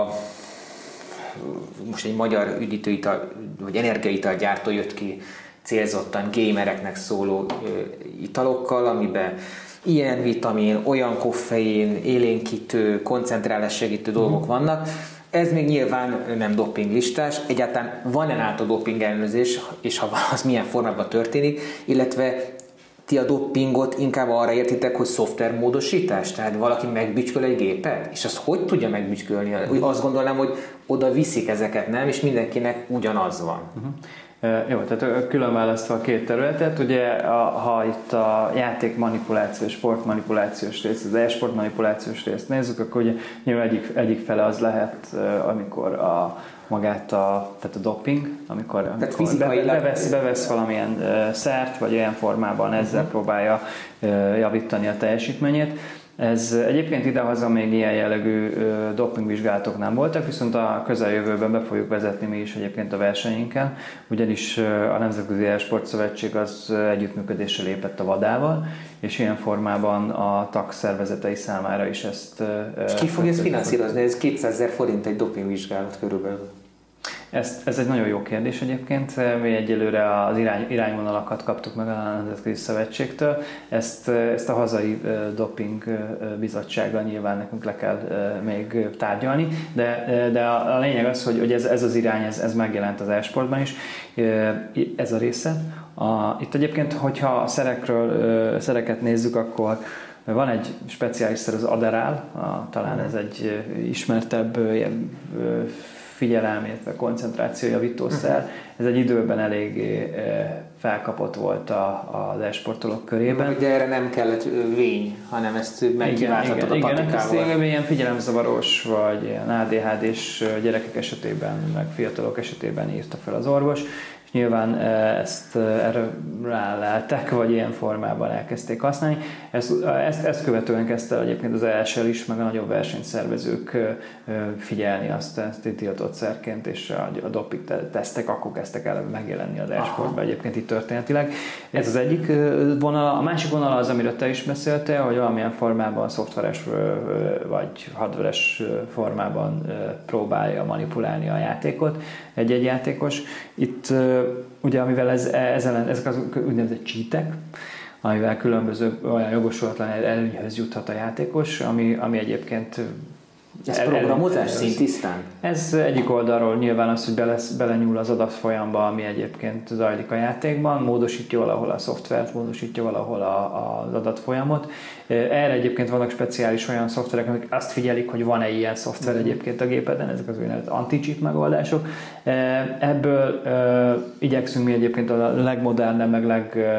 most egy magyar üdítőital, vagy energiaital gyártó jött ki célzottan gamereknek szóló italokkal, amiben ilyen vitamin, olyan koffein, élénkítő, koncentrálás segítő dolgok vannak. Ez még nyilván nem dopinglistás. Egyáltalán van-e NATO doping ellenőrzés, és ha van, az milyen formában történik, illetve ti a dopingot inkább arra értitek, hogy szoftvermódosítás? Tehát valaki megbücsköl egy gépet? És azt hogy tudja megbücskölni? Azt gondolnám, hogy oda viszik ezeket, nem? És mindenkinek ugyanaz van. Uh-huh. Jó, tehát külön választva a két területet, ugye a, ha itt a játék manipulációs, sport manipulációs részt, az e-sport manipulációs részt nézzük, akkor ugye nyilván egyik, egyik fele az lehet, amikor a magát a, tehát a doping, amikor, amikor be, bevesz, bevesz valamilyen uh, szert, vagy olyan formában ezzel uh-huh. próbálja uh, javítani a teljesítményét. Ez egyébként idehaza még ilyen jellegű uh, dopingvizsgálatok nem voltak, viszont a közeljövőben be fogjuk vezetni mi is egyébként a versenyinken, ugyanis uh, a Nemzetközi E-sportszövetség az uh, együttműködésre lépett a vadával, és ilyen formában a tagszervezetei számára is ezt... Uh, és ki fogja ezt finanszírozni? Ez kétszázezer forint egy dopingvizsgálat körülbelül. Ez, ez egy nagyon jó kérdés egyébként. Mi egyelőre az irány, irányvonalakat kaptuk meg a Nemzetközi Szövetségtől. Ezt, ezt a hazai doping bizottsággal nyilván nekünk le kell még tárgyalni, de, de a, a lényeg az, hogy, hogy ez, ez az irány, ez, ez megjelent az e-sportban is. Ez a része. A, itt egyébként, hogyha a szerekről, szereket nézzük, akkor van egy speciális szer, az Adderall, a, talán ez egy ismertebb figyelem, illetve koncentrációjavítószer. Ez egy időben eléggé felkapott volt az e-sportolók körében. Ugye erre nem kellett vény, hanem ezt megkiváltattad a patikával. Igen, ezt tényleg ilyen figyelemzavaros, vagy ilyen á dé há dés gyerekek esetében, meg fiatalok esetében írta fel az orvos. És nyilván ezt erre ráleltek, vagy ilyen formában elkezdték használni. Ezt, ezt, ezt követően kezdte egyébként az é es el is, meg a nagyobb versenyszervezők figyelni azt, ezt tiltott szerként, és a, a doping tesztek akkor kezdtek el megjelenni az e-sportban egyébként itt történetileg. Ez az egyik vonal. A másik vonal az, amiről te is beszéltél, hogy valamilyen formában, szoftveres vagy hardveres formában próbálja manipulálni a játékot egy-egy játékos. Itt ugye, amivel ez, ezen, ezek az úgynevezett cheatek, amivel különböző olyan jogosulatlan előnyhöz juthat a játékos, ami, ami egyébként... Ez el, programozás szintisztán? Ez egyik oldalról nyilván az, hogy bele, belenyúl az adatfolyamba, ami egyébként zajlik a játékban, módosítja valahol a szoftvert, módosítja valahol a, a, az adatfolyamot. Erre egyébként vannak speciális olyan szoftverek, amik azt figyelik, hogy van-e ilyen szoftver egyébként a gépeden, ezek az úgynevezett anti-cheat megoldások. Ebből uh, igyekszünk mi egyébként a legmodernebb, meg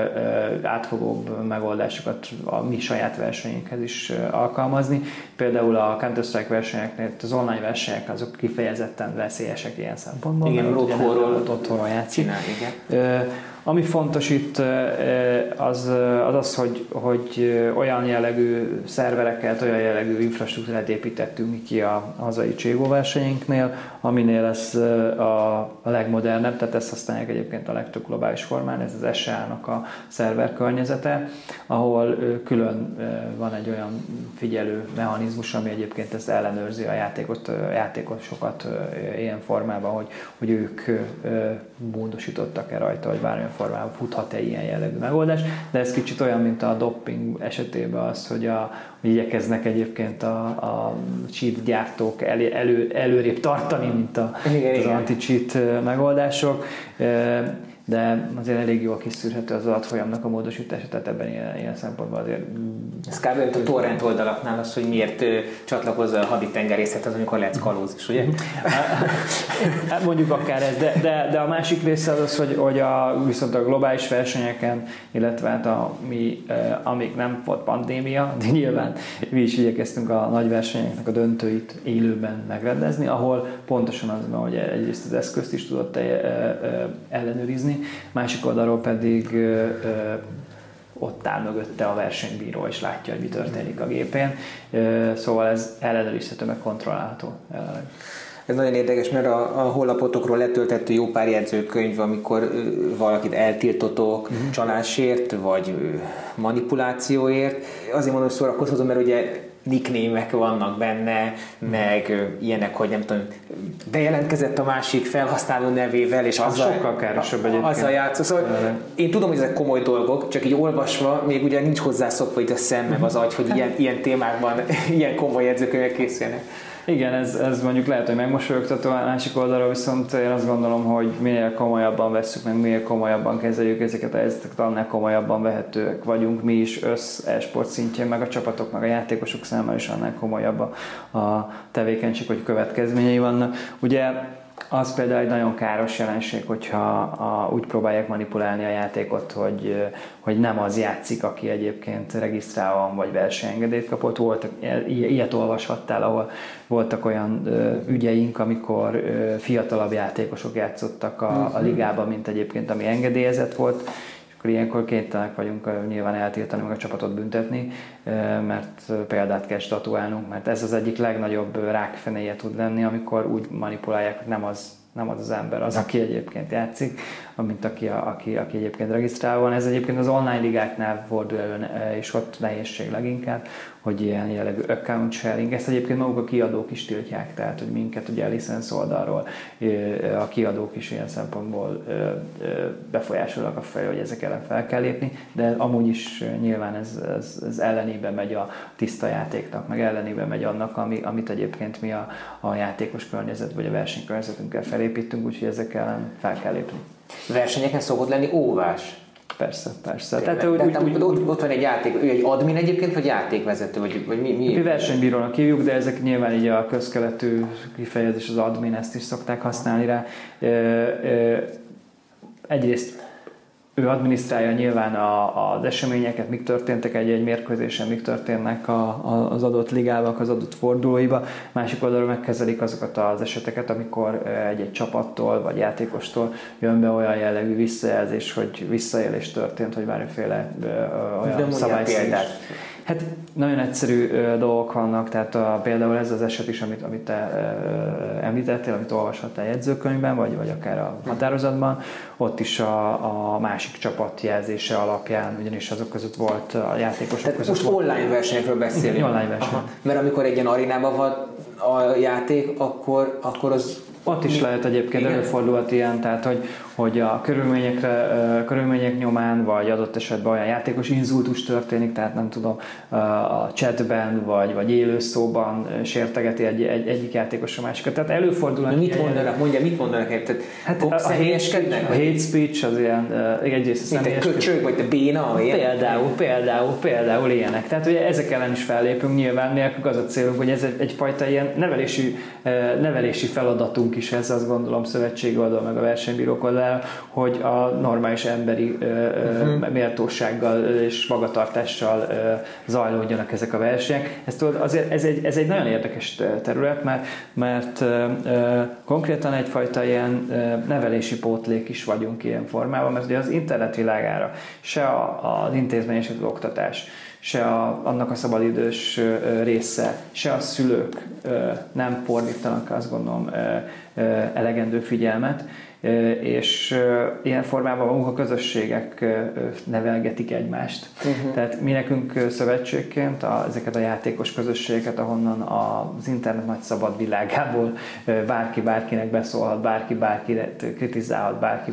legátfogóbb megoldásokat a mi saját versenyünkhez is alkalmazni. Például a Counter-Strike versenyeknél, az online versenyek azok kifejezetten veszélyesek ilyen szempontból. Igen, otthonról, otthonról játszik. Csinál, igen. Ami fontos itt az az, az hogy, hogy olyan jellegű szervereket, olyan jellegű infrastruktúrát építettünk ki a hazai Cségó versenyünknél, aminél ez a legmodernebb, tehát ezt használják egyébként a legtöbb globális formán, ez az es e á-nak a szerver környezete, ahol külön van egy olyan figyelő mechanizmus, ami egyébként ezt ellenőrzi a játékot, a játékosokat ilyen formában, hogy, hogy ők módosítottak-e rajta, vagy bármilyen formában futhat-e ilyen jellegű megoldás, de ez kicsit olyan, mint a doping esetében az, hogy, a, hogy igyekeznek egyébként a, a cheat gyártók elő, elő, előrébb tartani, mint a, igen, az anti-cheat megoldások, de azért elég jól kiszűrhető az adatfolyamnak a módosítása, tehát ebben ilyen, ilyen szempontból azért... Ez kb. A torrent oldalaknál az, hogy miért csatlakozza a haditengerészethez, amikor lehetsz kalózis, ugye? Hát mondjuk akár ez, de, de, de a másik része az az, hogy, hogy a, viszont a globális versenyeken, illetve hát a, mi, amíg nem volt pandémia, de nyilván mi is igyekeztünk a nagy versenyeknek a döntőit élőben megrendezni, ahol pontosan az, hogy egyrészt az eszközt is tudott ellenőrizni, másik oldalról pedig ö, ö, ott áll mögötte a versenybíró, és látja, hogy mi történik a gépén. Ö, szóval ez ellenőrizhető, meg kontrollálható. Ez nagyon érdekes, mert a, a honlapotokról letölthető jó pár jegyzőkönyv, amikor ö, valakit eltiltotok uh-huh. csalásért, vagy ö, manipulációért. Azért mondom, hogy szórakoztatom, mert ugye nicknémek vannak benne, meg ö, ilyenek, hogy nem tudom, bejelentkezett a másik felhasználó nevével, és az azzal, sokkal károsabb egyébként. Azzal játszol. Szóval én tudom, hogy ezek komoly dolgok, csak így olvasva még ugye nincs hozzászokva itt a szem, meg az agy, hogy ilyen, ilyen témákban ilyen komoly jegyzőkönyvek készülnek. Igen, ez, ez mondjuk lehet, hogy megmosolyogtató, a másik oldalról viszont én azt gondolom, hogy minél komolyabban vesszük meg, minél komolyabban kezeljük ezeket a helyzeteket, annál komolyabban vehetőek vagyunk mi is össz e-sport szintjén, meg a csapatok, meg a játékosok számára is annál komolyabb a, a tevékenység, hogy következményei vannak. Ugye az például egy nagyon káros jelenség, hogyha a, úgy próbálják manipulálni a játékot, hogy, hogy nem az játszik, aki egyébként regisztrálva van, vagy versenyengedélyt kapott. Voltak, ilyet olvashattál, ahol voltak olyan ö, ügyeink, amikor ö, fiatalabb játékosok játszottak a, a ligában, mint egyébként ami engedélyezett volt. Akkor ilyenkor kénytelenek vagyunk nyilván eltiltani, meg a csapatot büntetni, mert példát kell statuálnunk, mert ez az egyik legnagyobb rákfenéje tud lenni, amikor úgy manipulálják, hogy nem az, nem az az ember az, aki egyébként játszik, mint aki, aki, aki egyébként regisztrálva van. Ez egyébként az online ligáknál fordul elő, és ott nehézség leginkább, hogy ilyen jellegű account sharing. Ezt egyébként maguk a kiadók is tiltják, tehát hogy minket ugye a licensz oldalról a kiadók is ilyen szempontból befolyásolnak a fel, hogy ezek ellen fel kell lépni, de amúgy is nyilván ez, ez, ez ellenében megy a tiszta játéknak, meg ellenében megy annak, ami, amit egyébként mi a, a játékos környezet vagy a versenykörnyezetünkkel felépítünk, úgyhogy ezek ellen fel kell lépni. Versenyeken szokott lenni óvás? Persze, persze. Tehát, úgy, úgy, úgy, ott, ott van egy játék, ő egy admin egyébként, vagy játékvezető, vagy, vagy mi? mi? Mi versenybírónak hívjuk, de ezek nyilván így a közkeletű kifejezés, az admin, ezt is szokták használni rá. Egyrészt ő adminisztrálja nyilván a, az eseményeket, mik történtek egy-egy mérkőzésen, mik történnek a, a, az adott ligában, az adott fordulóiba. Másik oldalról megkezelik azokat az eseteket, amikor egy-egy csapattól vagy játékostól jön be olyan jellegű visszajelzés, hogy visszaélés történt, hogy bármiféle olyan szabályszerűs. Hát nagyon egyszerű ö, dolgok vannak, tehát a, például ez az eset is, amit, amit te ö, említettél, amit olvashattál jegyzőkönyvben, vagy, vagy akár a határozatban, ott is a, a másik csapat jelzése alapján, ugyanis azok között volt a játékosok tehát között. Most volt, online versenyekről beszélünk. Igen, online verseny. Aha. Mert amikor egy ilyen arénában van a játék, akkor, akkor az... Ott is lehet egyébként, előfordulhat ilyen, tehát hogy, hogy a körülményekre, körülmények nyomán, vagy adott esetben olyan játékos inzultus történik, tehát nem tudom, a chatben, vagy, vagy élőszóban sértegeti egy, egy, egyik játékos a másikat. Tehát előfordulhat. Mit mondanak? Mondja, mit mondanak? Tehát hát a, a, hate, a hate speech az ilyen, egyrészt a személyes... Mint egy köcsög, vagy te béna? Például, például, például ilyenek. Tehát ugye ezek ellen is fellépünk, nyilván nélkül az a célunk, hogy ez egy, egyfajta ilyen nevelési, nevelési feladatunk is ez, azt gondolom, szövetségi oldal, meg a versenybírók oldal, hogy a normális emberi uh-huh. méltósággal és magatartással zajlódjanak ezek a versenyek. Ez, tudod, azért, ez, egy, ez egy nagyon érdekes terület, mert, mert konkrétan egyfajta ilyen nevelési pótlék is vagyunk ilyen formában, mert ugye az internet világára se a, az intézményes oktatás, se a, annak a szabadidős része, se a szülők nem fordítanak, azt gondolom, elegendő figyelmet, és ilyen formában a közösségek nevelgetik egymást. Uh-huh. Tehát mi nekünk szövetségként a, ezeket a játékos közösségeket, ahonnan az internet nagy szabad világából bárki bárkinek beszólhat, bárki bárkire kritizálhat, bárki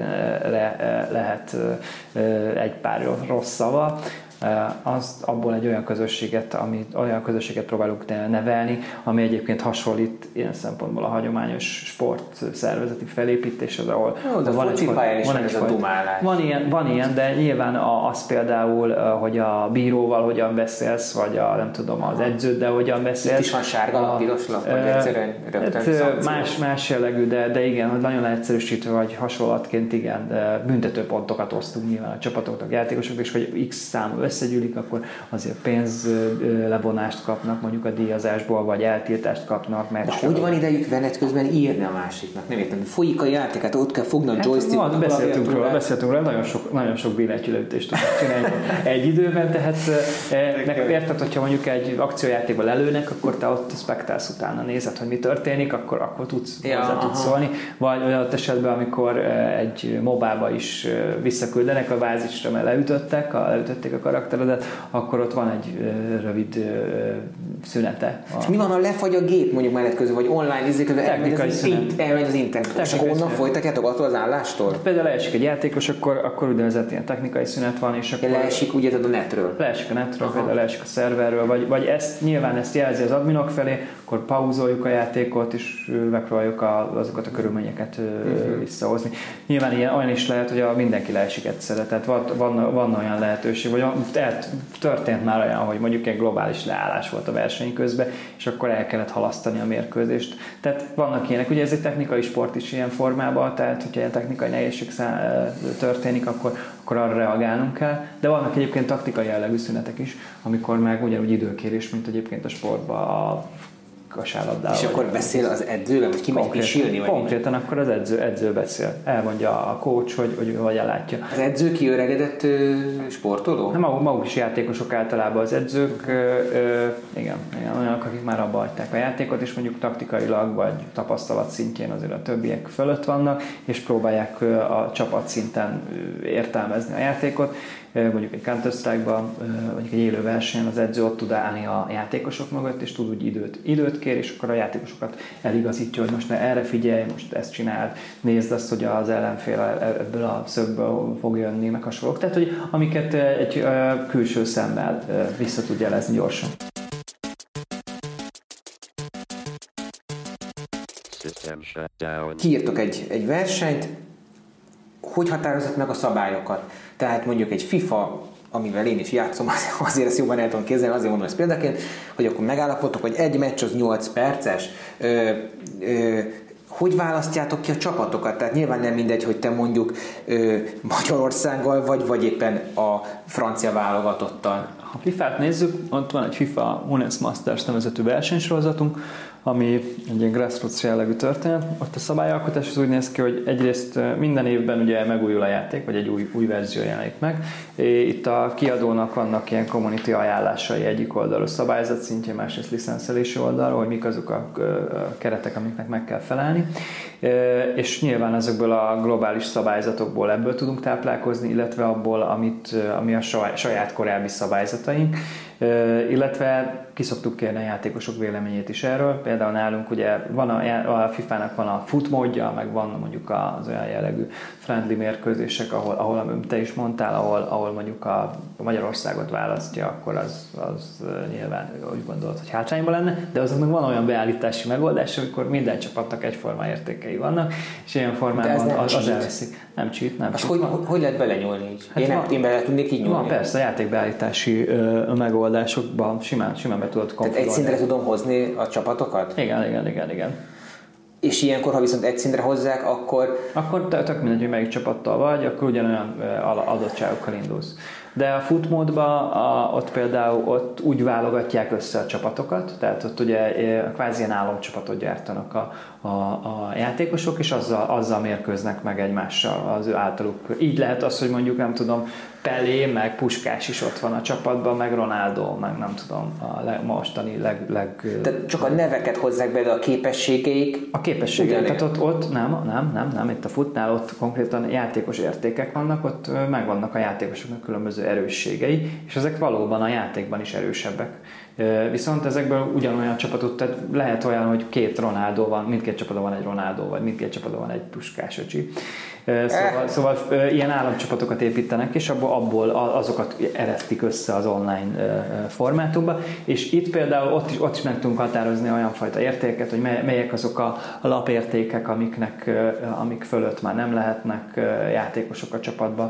bárkire lehet egy pár rossz szava, azt abból egy olyan közösséget, ami, olyan közösséget próbálunk nevelni, ami egyébként hasonlít ilyen szempontból a hagyományos sportszervezeti felépítéshez, ahol Jó, de van, egy, van, van, ez a dumálás. Van ilyen, van ilyen, de nyilván az például, hogy a bíróval hogyan beszélsz, vagy a, nem tudom, az edződdel hogyan beszélsz. Itt is van sárga, a, piros lap, vagy egyszerűen rögtön más, más jellegű, de, de igen, hogy nagyon egyszerűsítve, vagy hasonlatként igen, büntetőpontokat osztunk nyilván a csapatoknak, játékosok, és hogy X számú összegyűlik, akkor azért pénz levonást kapnak mondjuk a díjazásból, vagy eltiltást kapnak. Mert de hogy van idejük venet közben írni a másiknak? Nem értem, folyik a játékát, ott kell fogni a hát, joystick. Beszéltünk róla, beszéltünk róla, nagyon sok, nagyon sok billentyűlőtést tudnak csinálni egy időben, tehát e, érted, hogyha mondjuk egy akciójátékban lelőnek, akkor te ott spektálsz utána, nézed, hogy mi történik, akkor, akkor tudsz, ja, hozzá tudsz szólni. Vagy olyan esetben, amikor egy mobába is visszaküldenek a bázisra, mert leütöttek, a, leütötték a karakteredet, akkor ott van egy rövid szünete. És mi van, ha lefagy a gép mondjuk menet közben, vagy online izé közben elmegy az, in- elmegy az internet, és akkor onnan folytatjátok attól az állástól? Például leesik egy játékos, akkor, akkor úgynevezett ilyen technikai szünet van, és akkor... Leesik ugye a netről? Leesik a netről, például leesik a szerverről, vagy, vagy ezt, nyilván ezt jelzi az adminok felé, akkor pauzoljuk a játékot, és megpróbáljuk azokat a körülményeket uh-huh. visszahozni. Nyilván ilyen, olyan is lehet, hogy a mindenki leesik egyszerre, tehát van, van, van olyan lehetőség, vagy történt már olyan, hogy mondjuk egy globális leállás volt a verseny közben, és akkor el kellett halasztani a mérkőzést. Tehát vannak ilyenek, ugye ez egy technikai sport is ilyen formában, tehát hogyha ilyen technikai nehézség történik, akkor, akkor arra reagálnunk kell, de vannak egyébként taktikai jellegű szünetek is, amikor meg ugyanúgy időkérés, mint egyébként a sportban a kosárlabdával. És akkor beszél az edzővel, vagy ki megy pisilni? Konkrétan akkor az edző, edző beszél. Elmondja a coach, hogy, hogy hogy ellátja. Az edző kiöregedett ö, sportoló? Nem, maguk, maguk is játékosok általában az edzők. Ö, ö, igen, igen, olyanok, akik már abba hagyták a játékot, és mondjuk taktikailag vagy tapasztalat szintjén azért a többiek fölött vannak, és próbálják a csapat szinten értelmezni a játékot. Mondjuk egy Counter-Strike-ban, mondjuk egy élő versenyen az edző ott tud állni a játékosok mögött, és tud úgy időt, időt kér, és akkor a játékosokat eligazítja, hogy most ne erre figyelj, most ezt csináld, nézd azt, hogy az ellenfél ebből a szögből fog jönni, meg hasonlók. Tehát, hogy amiket egy külső szemmel vissza tud jelezni gyorsan. Kiírtok egy, egy versenyt, hogy határozott meg a szabályokat? Tehát mondjuk egy FIFA, amivel én is játszom, azért ezt jobban el tudom képzelni, azért mondom ezt példaként, hogy akkor megállapodtok, hogy egy meccs az nyolc perces, ö, ö, hogy választjátok ki a csapatokat? Tehát nyilván nem mindegy, hogy te mondjuk ö, Magyarországgal vagy, vagy éppen a francia válogatottal. Ha fifát nézzük, ott van egy FIFA Honest Masters nevezetű versenysorozatunk, ami egy ilyen grassroots jellegű történet. Ott a szabályalkotás az úgy néz ki, hogy egyrészt minden évben ugye megújul a játék, vagy egy új, új verzió jelenik meg. Itt a kiadónak vannak ilyen community ajánlásai egyik oldalról szabályzat szintjén, másrészt licenszelési oldalról, hogy mik azok a keretek, amiknek meg kell felelni. És nyilván ezekből a globális szabályzatokból ebből tudunk táplálkozni, illetve abból, amit, ami a saját korábbi szabályzataink, illetve ki szoktuk kérni a játékosok véleményét is erről. Például nálunk ugye van a, a fifának van a foot módja, meg van mondjuk az olyan jellegű friendly mérkőzések, ahol, ahol te is mondtál, ahol, ahol mondjuk a Magyarországot választja, akkor az, az nyilván úgy gondolod, hogy hátrányban lenne, de azoknak van olyan beállítási megoldás, amikor minden csapatnak egyforma értékei vannak, és ilyen formában az, az elveszik. Nem cheat, nem cheat. Hogy, hogy lehet belenyúlni így? Hát én, van, én bele tudnék így nyúlni? Van persze, a játékbeállítási ö, megoldásokban simán, simán be tudod konfigurálni. Tehát egy szintre tudom hozni a csapatokat? Igen, igen, igen, igen. És ilyenkor, ha viszont egy szintre hozzák, akkor... Akkor tök mindegy, hogy melyik csapattal vagy, akkor ugyanolyan adottságokkal indulsz. De a foot módban ott például ott úgy válogatják össze a csapatokat, tehát ott ugye kvázi ilyen álomcsapatot gyártanak a, a, a játékosok, és azzal, azzal mérkőznek meg egymással az ő általuk. Így lehet az, hogy mondjuk nem tudom, Pelé, meg Puskás is ott van a csapatban, meg Ronaldo, meg nem tudom, a leg, mostani leg... leg Tehát csak a neveket hozzák be, de a képességeik... A képességeik, tehát ott, ott nem, nem, nem, nem, itt a futnál ott konkrétan játékos értékek vannak, ott megvannak a játékosoknak különböző erősségei, és ezek valóban a játékban is erősebbek. Viszont ezekből ugyanolyan csapatot, tehát lehet olyan, hogy két Ronaldo van, mindkét csapatban van egy Ronaldo, vagy mindkét csapatban van egy Puskás öcsi. Szóval, szóval ilyen államcsapatokat építenek, és abból, abból azokat eresztik össze az online formátumba, és itt például ott is, ott is meg tudunk határozni olyan fajta értéket, hogy melyek azok a lapértékek, amiknek, amik fölött már nem lehetnek játékosok a csapatba.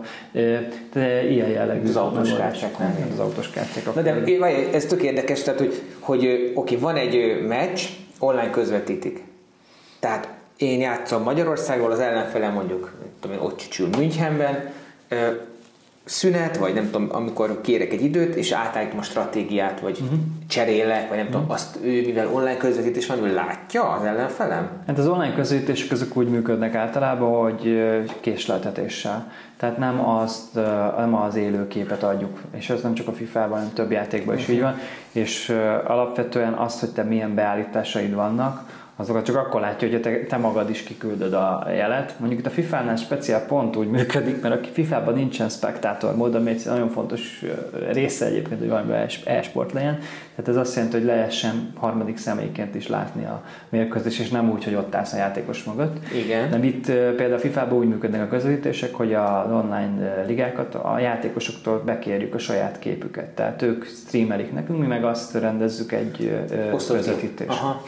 De ilyen jellegű. Az autós kártyák nem. Az autós kártyák. Na de ez tök érdekes, tehát hogy, hogy oké, van egy meccs, online közvetítik. Tehát én játszom Magyarországról, az ellenfelem mondjuk tudom én, ott csücsül Münchenben, szünet, vagy nem tudom, amikor kérek egy időt, és átállítom a stratégiát, vagy uh-huh. cserélek, vagy nem uh-huh. tudom, azt ő, mivel online közvetítés van, ő látja az ellenfelem? Hát az online közvetítések azok úgy működnek általában, hogy késleltetéssel. Tehát nem, azt, nem az élő képet adjuk, és ez nem csak a fifában, hanem több játékban is uh-huh. így van, és alapvetően azt, hogy te milyen beállításaid vannak, azokat csak akkor látja, hogy te, te magad is kiküldöd a jelet. Mondjuk itt a fifánál speciál pont úgy működik, mert a fifában nincsen spektátor mód, ami egy nagyon fontos része egyébként, hogy valamiben e-sport legyen. Tehát ez azt jelenti, hogy lehessen harmadik személyként is látni a mérkőzést, és nem úgy, hogy ott állsz a játékos mögött. Igen. De itt például a fifában úgy működnek a közvetítések, hogy az online ligákat a játékosoktól bekérjük a saját képüket. Tehát ők streamelik nekünk, mi meg azt rendezzük egy közvetítést. Aha.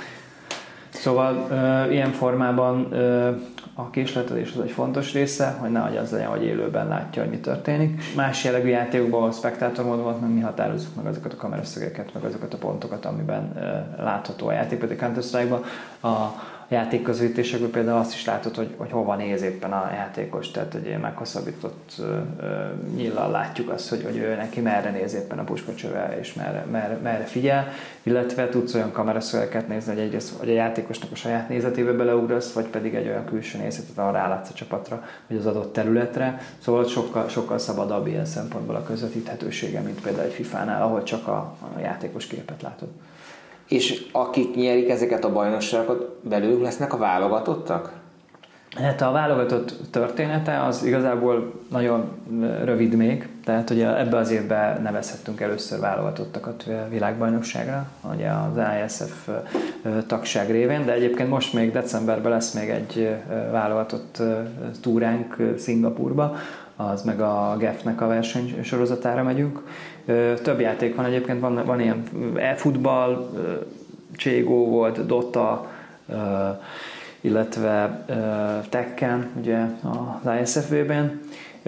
Szóval uh, ilyen formában uh, a késletelés az egy fontos része, hogy ne az legyen, hogy élőben látja, hogy mi történik. Más jellegű játékokban, ahol spektátormód volt, meg mi határozzuk meg azokat a kameraszögeket, meg azokat a pontokat, amiben uh, látható a játék. Például Counter-Strike-ban a játékközvetítésekből például azt is látod, hogy, hogy hova néz éppen a játékos, tehát egy ilyen meghosszabbított uh, nyíllal látjuk azt, hogy, hogy ő neki merre néz éppen a puskacsővel, és merre, merre, merre figyel, illetve tudsz olyan kameraszögeket nézni, hogy egyrészt hogy a játékosnak a saját nézetébe beleugrasz, vagy pedig egy olyan külső nézetet, ahol rálátsz a csapatra, vagy az adott területre, szóval sokkal, sokkal szabadabb ilyen szempontból a közvetíthetősége, mint például egy fifánál, ahol csak a, a játékos képet látod. És akik nyerik ezeket a bajnokságokat, belőlük lesznek a válogatottak? Hát a válogatott története az igazából nagyon rövid még, tehát ugye ebbe az évben nevezhettünk először válogatottakat világbajnokságra, ugye az I S F tagság révén, de egyébként most még decemberben lesz még egy válogatott túránk Szingapúrba, az meg a G E F-nek a versenysorozatára megyünk. Több játék van egyébként, van, van ilyen e-futball, Cségó volt, Dota, illetve Tekken, ugye az I S F V-ben.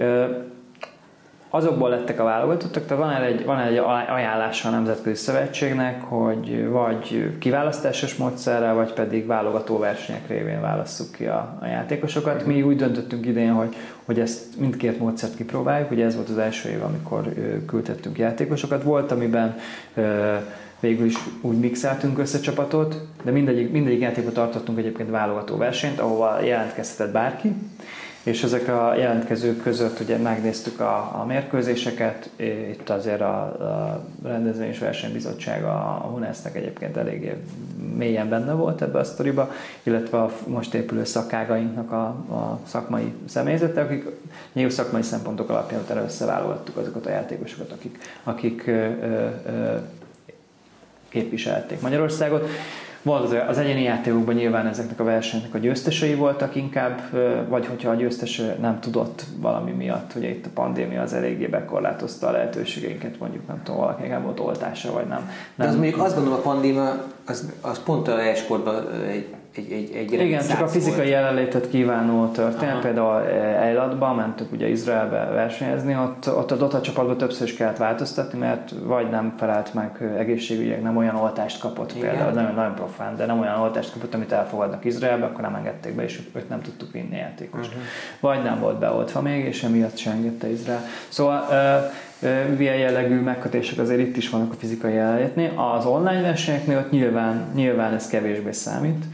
Azokból lettek a válogatottak, tehát van egy, van egy ajánlása a Nemzetközi Szövetségnek, hogy vagy kiválasztásos módszerrel, vagy pedig válogató versenyek révén válasszuk ki a, a játékosokat. Mi úgy döntöttünk idén, hogy, hogy ezt mindkét módszert kipróbáljuk, ugye ez volt az első év, amikor küldtettünk játékosokat. Volt, amiben végül is úgy mixeltünk össze csapatot, de mindegyik, mindegyik játékban tartottunk egyébként válogató versenyt, ahova jelentkezhetett bárki, és ezek a jelentkezők között ugye megnéztük a, a mérkőzéseket, itt azért a, a rendezvény és versenybizottság, a, a HUNESZ-nek egyébként eléggé mélyen benne volt ebbe a sztoriba, illetve a most épülő szakágainknak a, a szakmai személyzete, akik nyilván szakmai szempontok alapján utána összeválogattuk azokat a játékosokat, akik, akik ö, ö, ö, képviselték Magyarországot. Volt az egyéni játékokban nyilván ezeknek a versenynek a győztesei voltak inkább, vagy hogyha a győztes nem tudott valami miatt, ugye itt a pandémia az eléggé bekorlátozta a lehetőségeinket, mondjuk nem tudom, valakinek nem volt oltása, vagy nem. nem. De az mondjuk azt gondolom, a pandémia az, az pont a e-sportban egy Egy, egy, egy igen, csak a fizikai jelenlétet kívánó történet. Aha. Például Eilatban mentük ugye Izraelbe versenyezni, ott, ott a Dota csapatban többször is kellett változtatni, mert vagy nem felelt meg egészségügyileg, nem olyan oltást kapott, igen. Például nagyon, nagyon profán, de nem olyan oltást kapott, amit elfogadnak Izraelbe, akkor nem engedték be, és őt nem tudtuk vinni játékost. Uh-huh. Vagy nem volt beoltva még, és emiatt sem engedte Izrael. Szóval uh, ilyen jellegű megkötések azért itt is vannak a fizikai jelenlétnél. Az online versenyeknél ott nyilván, nyilván ez kevésbé számít,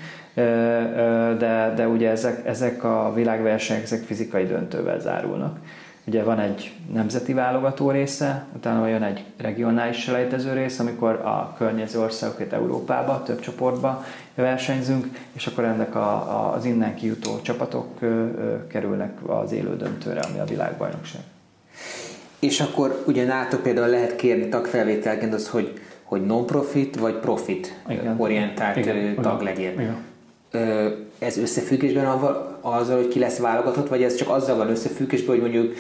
de, de ugye ezek, ezek a világversenyek ezek fizikai döntővel zárulnak. Ugye van egy nemzeti válogató része, utána jön egy regionális selejtező rész, amikor a környező országokat Európába, több csoportba versenyzünk, és akkor ennek a, a, az innen kijutó csapatok kerülnek az élő döntőre, ami a világbajnokság. És akkor ugye nálatok például lehet kérni tagfelvételként az, hogy, hogy non-profit vagy profit igen. orientált igen. tag legyél. Igen. Ez összefüggésben azzal, hogy ki lesz válogatott, vagy ez csak azzal van összefüggésben, hogy mondjuk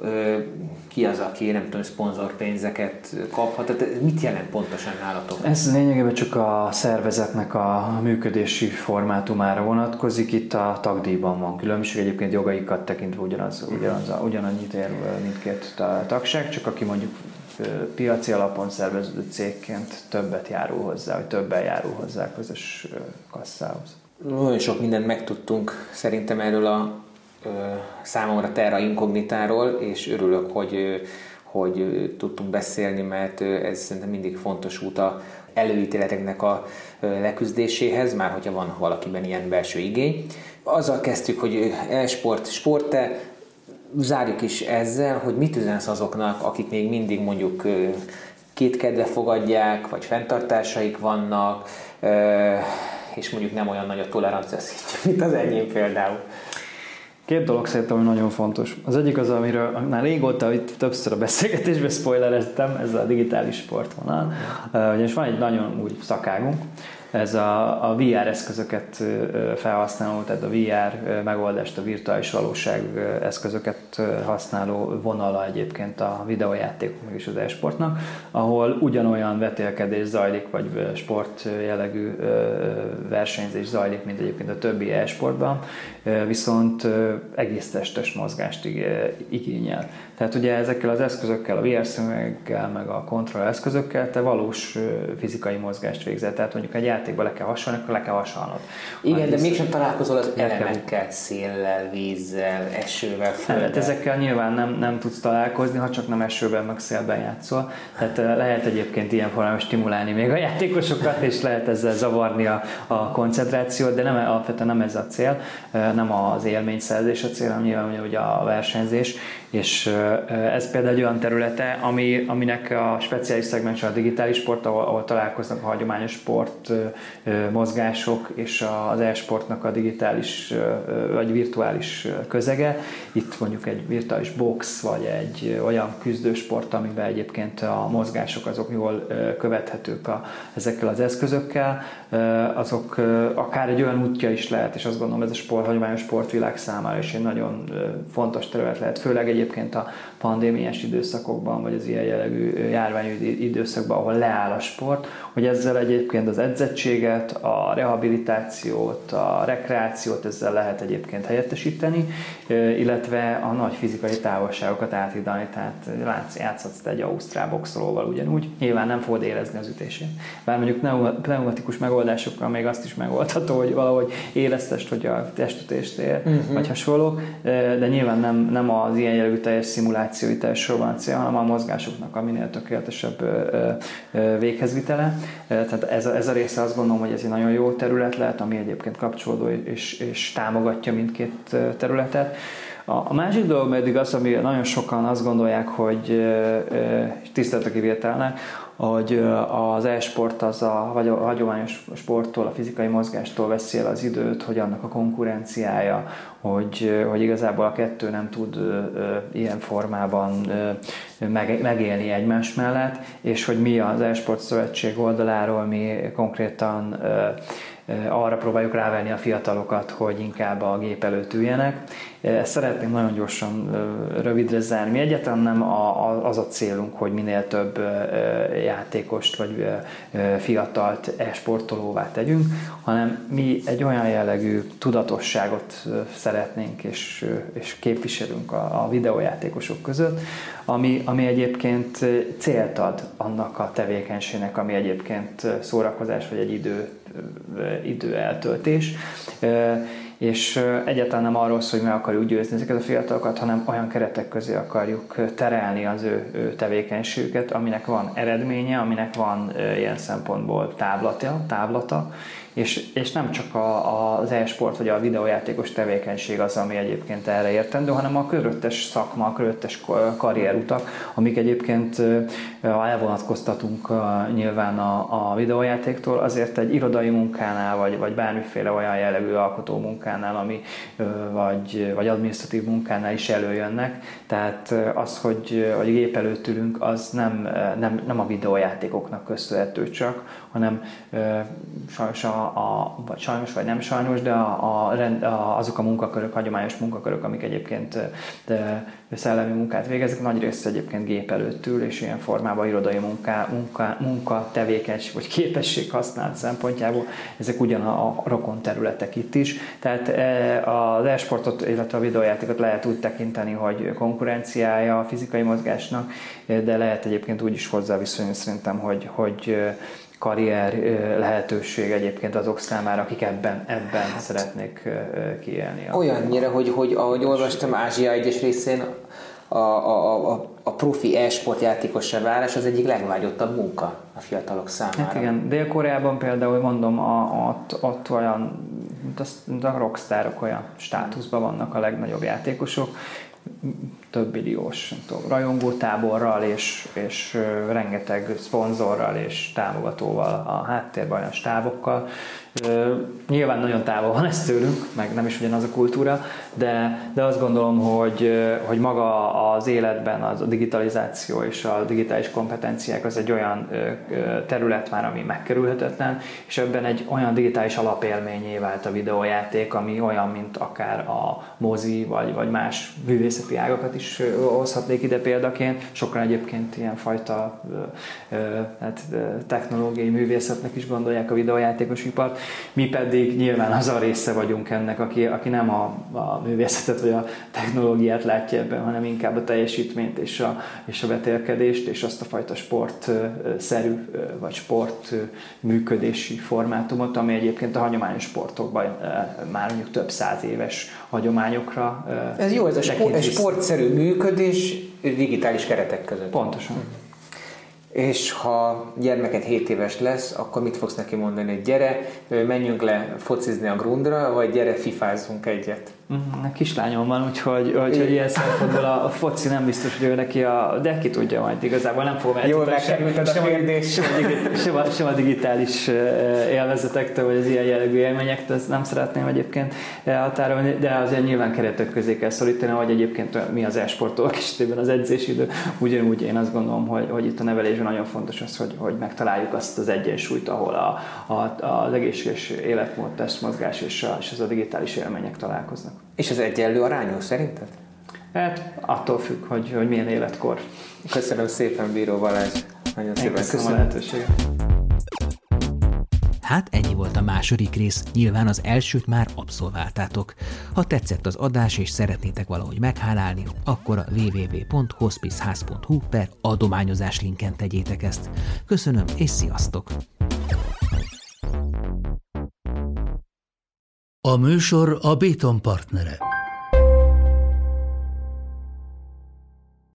ki az, aki nem tudom, szponzorpénzeket kaphat? Tehát mit jelent pontosan nálatok? Ez lényegében csak a szervezetnek a működési formátumára vonatkozik. Itt a tagdíjban van különbség, egyébként jogaikat tekintve ugyanaz, ugyanaz, ugyanannyit ér mindkét tagság, csak aki mondjuk piaci alapon szerveződő cégként többet járul hozzá, vagy többen járul hozzá a közös kasszához. Nagyon sok mindent megtudtunk szerintem erről a számomra terra incognitáról, és örülök, hogy, hogy tudtunk beszélni, mert ez szerintem mindig fontos út a előítéleteknek a leküzdéséhez, már hogyha van valakiben ilyen belső igény. Azzal kezdtük, hogy e-sport, sport-e, zárjuk is ezzel, hogy mit üzensz azoknak, akik még mindig mondjuk kétkedve fogadják, vagy fenntartásaik vannak, és mondjuk nem olyan nagy a tolerancia szintje, mint az enyém például. Két dolog szerintem, hogy nagyon fontos. Az egyik az, amiről már régóta itt többször a beszélgetésben spoilereztem, ez a digitális sportvonal. Ugyanis van egy nagyon új szakágunk, ez a, a vé er eszközöket felhasználó, tehát a vé er megoldást, a virtuális valóság eszközöket használó vonala egyébként a videójátékoknak és az e-sportnak, ahol ugyanolyan vetélkedés zajlik, vagy sport jellegű versenyzés zajlik, mint egyébként a többi e-sportban, viszont egész testes mozgást igényel. Tehát ugye ezekkel az eszközökkel, a vé er szemüveggel, meg a kontroll eszközökkel te valós fizikai mozgást végzel. Tehát mondjuk egy játékban le kell hasonlni, akkor le kell hasonlod. Igen, de mégsem találkozol az elemekkel, széllel, vízzel, esővel, földdel. Hát ezekkel nyilván nem, nem tudsz találkozni, ha csak nem esőben, meg szélben játszol. Tehát lehet egyébként ilyen formában stimulálni még a játékosokat, és lehet ezzel zavarni a, a koncentrációt, de nem, alapvetően nem ez a cél, nem az élményszerzés a cél, hanem nyilván ugye a versenyzés. És ez például egy olyan területe, ami, aminek a speciális szegmens a digitális sport, ahol, ahol találkoznak a hagyományos sport mozgások és az e-sportnak a digitális vagy virtuális közege. Itt mondjuk egy virtuális box, vagy egy olyan küzdősport, amiben egyébként a mozgások azok jól követhetők a, ezekkel az eszközökkel. Azok akár egy olyan útja is lehet, és azt gondolom, ez a sport, hagyományos sportvilág számára is egy nagyon fontos terület lehet, főleg egyébként a pandémiás időszakokban, vagy az ilyen jellegű járványügyi időszakban, ahol leáll a sport, hogy ezzel egyébként az edzettséget, a rehabilitációt, a rekreációt ezzel lehet egyébként helyettesíteni, illetve a nagy fizikai távolságokat áthidalni, tehát játszhatsz egy ausztrál boxolóval ugyanúgy, nyilván nem fogod érezni az ütését. Bár mondjuk pneumatikus megoldásokkal még azt is megoldható, hogy valahogy éreztest, hogy a testütést ér, uh-huh. vagy hasonló, de nyilván nem, nem az ilyen jellegű teljes szimulációi teljesről van cél, hanem a mozgásoknak a minél tökéletesebb véghezvitele. Tehát ez a, ez a része azt gondolom, hogy ez egy nagyon jó terület lehet, ami egyébként kapcsolódó és, és támogatja mindkét területet. A másik dolog pedig az, ami nagyon sokan azt gondolják, hogy tiszteletre kivételnek, hogy az e-sport az a, vagy a hagyományos sporttól, a fizikai mozgástól veszi el az időt, hogy annak a konkurenciája, hogy, hogy igazából a kettő nem tud ö, ilyen formában ö, meg, megélni egymás mellett, és hogy mi az e-sport szövetség oldaláról mi konkrétan ö, arra próbáljuk rávenni a fiatalokat, hogy inkább a gép előtt üljenek. Ezt szeretnénk nagyon gyorsan, rövidre zárni. Mi egyáltalán nem az a célunk, hogy minél több játékost vagy fiatalt e-sportolóvá tegyünk, hanem mi egy olyan jellegű tudatosságot szeretnénk és, és képviselünk a, a videójátékosok között, ami, ami egyébként célt ad annak a tevékenységnek, ami egyébként szórakozás vagy egy idő, idő eltöltés. És egyáltalán nem arról szól, hogy meg akarjuk győzni ezeket a fiatalokat, hanem olyan keretek közé akarjuk terelni az ő, ő tevékenységüket, aminek van eredménye, aminek van ilyen szempontból táblata, táblata és, és nem csak a, az e-sport vagy a videójátékos tevékenység az, ami egyébként erre értendő, hanem a körülöttes szakma, a körülöttes karrierutak, amik egyébként, ha elvonatkoztatunk nyilván a, a videójátéktól, azért egy irodai munkánál, vagy, vagy bármiféle olyan jellegű alkotó munkánál, ami, vagy, vagy adminisztratív munkánál is előjönnek. Tehát az, hogy, hogy gép előtt ülünk, az nem, nem, nem a videójátékoknak köszönhető csak, hanem sajnos, a, a, vagy sajnos vagy nem sajnos, de a, a, a, azok a munkakörök, hagyományos munkakörök, amik egyébként de szellemi munkát végeznek, nagy része egyébként gép előtt ül, és ilyen formában irodai munka, munka, munka tevékenység vagy képesség használat szempontjából ezek ugyan a, a rokon területek itt is. Tehát az e-sportot, illetve a videójátékot lehet úgy tekinteni, hogy konkurenciája a fizikai mozgásnak, de lehet egyébként úgy is hozzá viszonyulni szerintem, hogy, hogy karrier lehetőség egyébként azok számára, akik ebben, ebben hát, szeretnék kiélni. Olyannyira, hogy, hogy ahogy olvastam, Ázsia egyes részén a, a, a, a profi e-sport játékossá válás az egyik legvágyottabb munka a fiatalok számára. Hát igen, Dél-Koreában például mondom, a, ott, ott olyan, mint, az, mint a rockstárok olyan státuszban vannak a legnagyobb játékosok, több milliós tudom, rajongótáborral és, és uh, rengeteg szponzorral és támogatóval a háttérben, olyan stábokkal. Uh, nyilván nagyon távol van ez tőlünk, meg nem is ugyanaz a kultúra, de, de azt gondolom, hogy, uh, hogy maga az életben az a digitalizáció és a digitális kompetenciák az egy olyan uh, terület már, ami megkerülhetetlen, és ebben egy olyan digitális alapélményé vált a videójáték, ami olyan, mint akár a mozi, vagy, vagy más művészeti ágakat is hozhatnék ide példaként. Sokan egyébként ilyenfajta hát, technológiai művészetnek is gondolják a videójátékos ipart. Mi pedig nyilván az a része vagyunk ennek, aki, aki nem a, a művészetet vagy a technológiát látja ebben, hanem inkább a teljesítményt és a, és a vetélkedést, és azt a fajta sportszerű vagy sport működési formátumot, ami egyébként a hagyományos sportokban már mondjuk több száz éves hagyományokra. Ez jó, ez a sport, sportszerű működés digitális keretek között. Pontosan. És ha gyermeked hét éves lesz, akkor mit fogsz neki mondani, hogy gyere, menjünk le focizni a grundra, vagy gyere, fifázzunk egyet? A kislányom van, úgyhogy, úgyhogy ilyen szempontból a, a foci nem biztos, hogy ő neki a... De ki tudja majd, igazából nem fogom eltudni sem, sem, sem, sem, a, sem a digitális élvezetektől, vagy az ilyen jellegű élményektől, ezt nem szeretném egyébként határolni, de azért nyilván keretek közé kell szorítani, hogy egyébként mi az e-sportolók esetében az edzésidő. Ugyanúgy én azt gondolom, hogy, hogy itt a nevelésben nagyon fontos az, hogy, hogy megtaláljuk azt az egyensúlyt, ahol a, a, az egészséges életmód, testmozgás és, a, és az a digitális élmények találkoznak. És az egyenlő arányos szerinted? Hát attól függ, hogy, hogy milyen életkor. Köszönöm szépen, Bíró Balázs. Nagyon szépen köszönöm a lehetőséget. Hát ennyi volt a második rész, nyilván az elsőt már abszolváltátok. Ha tetszett az adás és szeretnétek valahogy meghálálni, akkor a double-u double-u double-u pont hospiceház pont hu per adományozás linken tegyétek ezt. Köszönöm és sziasztok! A műsor a Béton partnere.